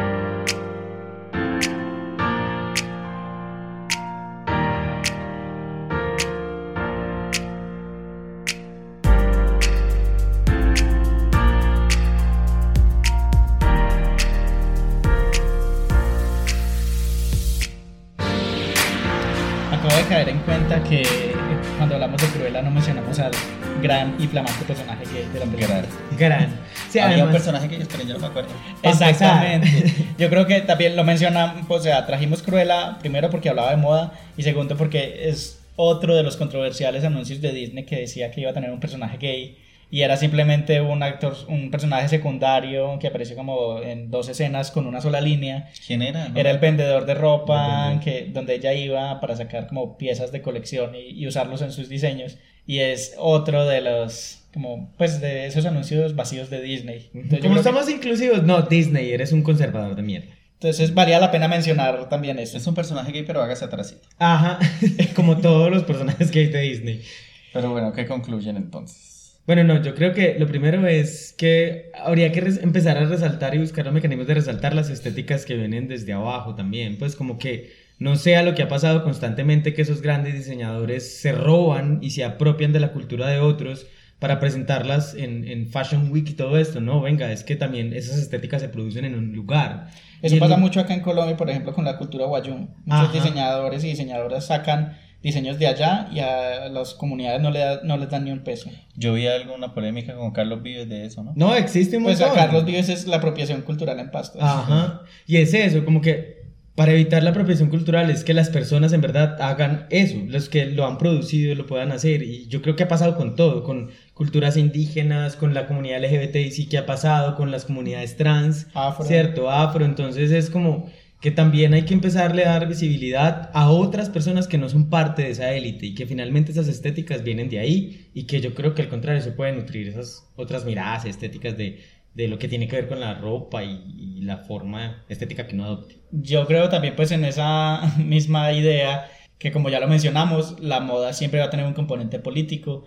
Acabo de caer en cuenta que cuando hablamos de Cruella no mencionamos al gran y flamante personaje gay de la película. Gran. Gran. Sí, Había un además- personaje que yo, pero yo no me acuerdo. Exactamente. Yo creo que también lo mencionamos, o sea, trajimos Cruella primero porque hablaba de moda y segundo porque es otro de los controversiales anuncios de Disney que decía que iba a tener un personaje gay y era simplemente un actor, un personaje secundario que apareció como en dos escenas con una sola línea. ¿Quién era? No. Era el vendedor de ropa, El vendedor. que, donde ella iba para sacar como piezas de colección y, y usarlos en sus diseños. Y es otro de los, como, pues de esos anuncios vacíos de Disney. Entonces, yo Como creo que- somos inclusivos, no, Disney, eres un conservador de mierda. entonces valía la pena mencionar también eso. Es un personaje gay, pero hágase atrásito. Ajá, como todos los personajes que hay de Disney. Pero bueno, ¿qué concluyen entonces? Bueno, no, yo creo que lo primero es que habría que res- empezar a resaltar y buscar los mecanismos de resaltar las estéticas que vienen desde abajo también, pues como que no sea lo que ha pasado constantemente, que esos grandes diseñadores se roban y se apropian de la cultura de otros para presentarlas en, en Fashion Week y todo esto, ¿no? Venga, es que también esas estéticas se producen en un lugar. Eso Y el- pasa mucho acá en Colombia, por ejemplo, con la cultura guayú. Muchos Ajá. diseñadores y diseñadoras sacan diseños de allá y a las comunidades no, le da- no les dan ni un peso. Yo vi alguna polémica con Carlos Vives de eso, ¿no? No, existe un Pues montón. a Carlos Vives es la apropiación cultural en pastos. Ajá. Y es eso, como que para evitar la apropiación cultural es que las personas en verdad hagan eso, los que lo han producido lo puedan hacer. Y yo creo que ha pasado con todo, con culturas indígenas, con la comunidad L G B T I, sí que ha pasado, con las comunidades trans, Afro. ¿cierto? Afro. Entonces es como que también hay que empezarle a dar visibilidad a otras personas que no son parte de esa élite y que finalmente esas estéticas vienen de ahí y que yo creo que al contrario se pueden nutrir esas otras miradas estéticas de, de lo que tiene que ver con la ropa y, y la forma estética que uno adopte. Yo creo también pues en esa misma idea que como ya lo mencionamos, la moda siempre va a tener un componente político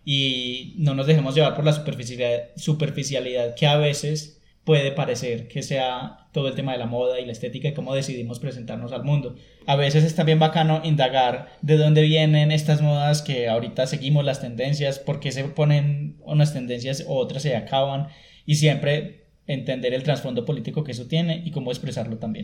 y no nos dejemos llevar por la superficialidad, superficialidad que a veces puede parecer que sea todo el tema de la moda y la estética y cómo decidimos presentarnos al mundo. A veces es también bacano indagar de dónde vienen estas modas que ahorita seguimos las tendencias, por qué se ponen unas tendencias o otras se acaban y siempre entender el trasfondo político que eso tiene y cómo expresarlo también.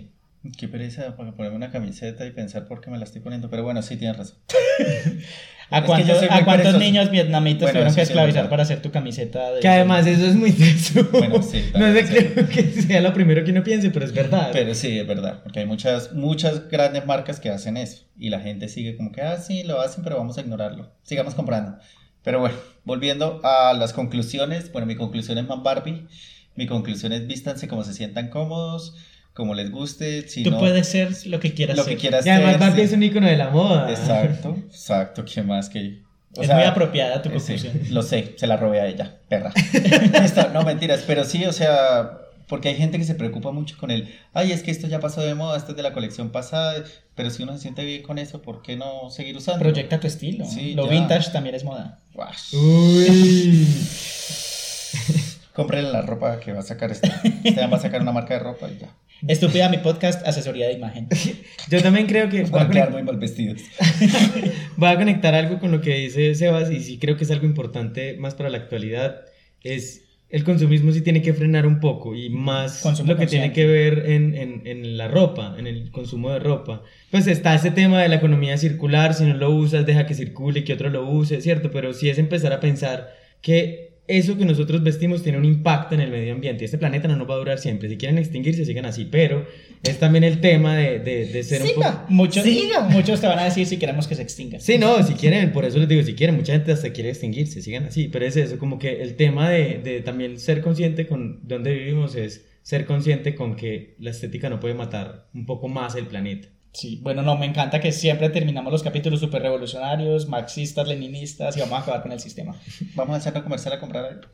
Qué pereza para ponerme una camiseta y pensar por qué me la estoy poniendo. Pero bueno, sí, tienes razón. ¿A, Es cuánto- que yo soy muy ¿a cuántos perezoso. niños vietnamitas Bueno, tuvieron eso que sí es esclavizar verdad. para hacer tu camiseta? De Que además eso es muy teso. Bueno, sí, No también, sé, sí. creo que sea lo primero que uno piense, pero es verdad. Pero sí, es verdad, porque hay muchas, muchas grandes marcas que hacen eso y la gente sigue como que, ah, sí, lo hacen, pero vamos a ignorarlo, sigamos comprando. Pero bueno, volviendo a las conclusiones, bueno, mi conclusión es más Barbie, mi conclusión es vístanse como se sientan cómodos, como les guste, si Tú no, puedes ser lo que quieras lo ser. que quieras Y además ser, Barbie sí. es un ícono de la moda. Exacto, exacto, ¿qué más que...? o Es sea, muy apropiada tu eh, sí, conclusión. lo sé, se la robé a ella, perra. Esto, no, mentiras, pero sí, o sea, porque hay gente que se preocupa mucho con el, ay, es que esto ya pasó de moda, esto es de la colección pasada, pero si uno se siente bien con eso, ¿por qué no seguir usando? Proyecta tu estilo. Sí, Lo ya. vintage también es moda. Guash. Uy. Cómprenle la ropa que va a sacar este. Este va a sacar una marca de ropa y ya. Estúpida mi podcast, asesoría de imagen. Yo también creo que Nos voy van a, a quedar conect- muy mal vestidos. voy a conectar algo con lo que dice Sebas y sí creo que es algo importante más para la actualidad. Es el consumismo sí tiene que frenar un poco y más Consumo lo que consciente. tiene que ver en, en, en la ropa, en el consumo de ropa. Pues está ese tema de la economía circular, si no lo usas deja que circule, que otro lo use, ¿cierto? Pero sí es empezar a pensar que eso que nosotros vestimos tiene un impacto en el medio ambiente. Este planeta no nos va a durar siempre. Si quieren extinguirse, sigan así. Pero es también el tema de, de, de ser un poco... Muchos, Siga. muchos te van a decir si queremos que se extinga. Sí, no, si quieren, por eso les digo, si quieren, mucha gente hasta quiere extinguirse, sigan así, pero es eso, como que el tema de, de también ser consciente con dónde vivimos es ser consciente con que la estética no puede matar un poco más el planeta. Sí, bueno, no, me encanta que siempre terminamos los capítulos súper revolucionarios, marxistas, leninistas y vamos a acabar con el sistema. Vamos a hacerlo comercial a comprar algo.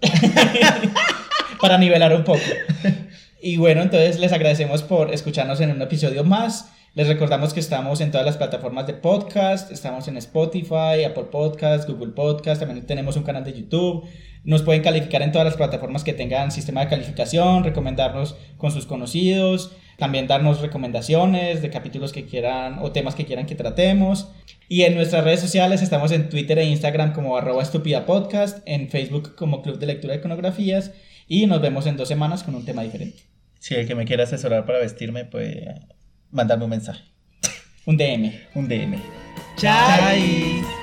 Para nivelar un poco. Y bueno, entonces les agradecemos por escucharnos en un episodio más. Les recordamos que estamos en todas las plataformas de podcast, estamos en Spotify, Apple Podcast, Google Podcast, también tenemos un canal de YouTube. Nos pueden calificar en todas las plataformas que tengan sistema de calificación, recomendarnos con sus conocidos, también darnos recomendaciones de capítulos que quieran o temas que quieran que tratemos. Y en nuestras redes sociales estamos en Twitter e Instagram como arroba estúpida podcast, en Facebook como Club de Lectura de Iconografías y nos vemos en dos semanas con un tema diferente. Si el que me quiera asesorar para vestirme, pues mandarme un mensaje. Un D M. Un D M. ¡Chao! Bye.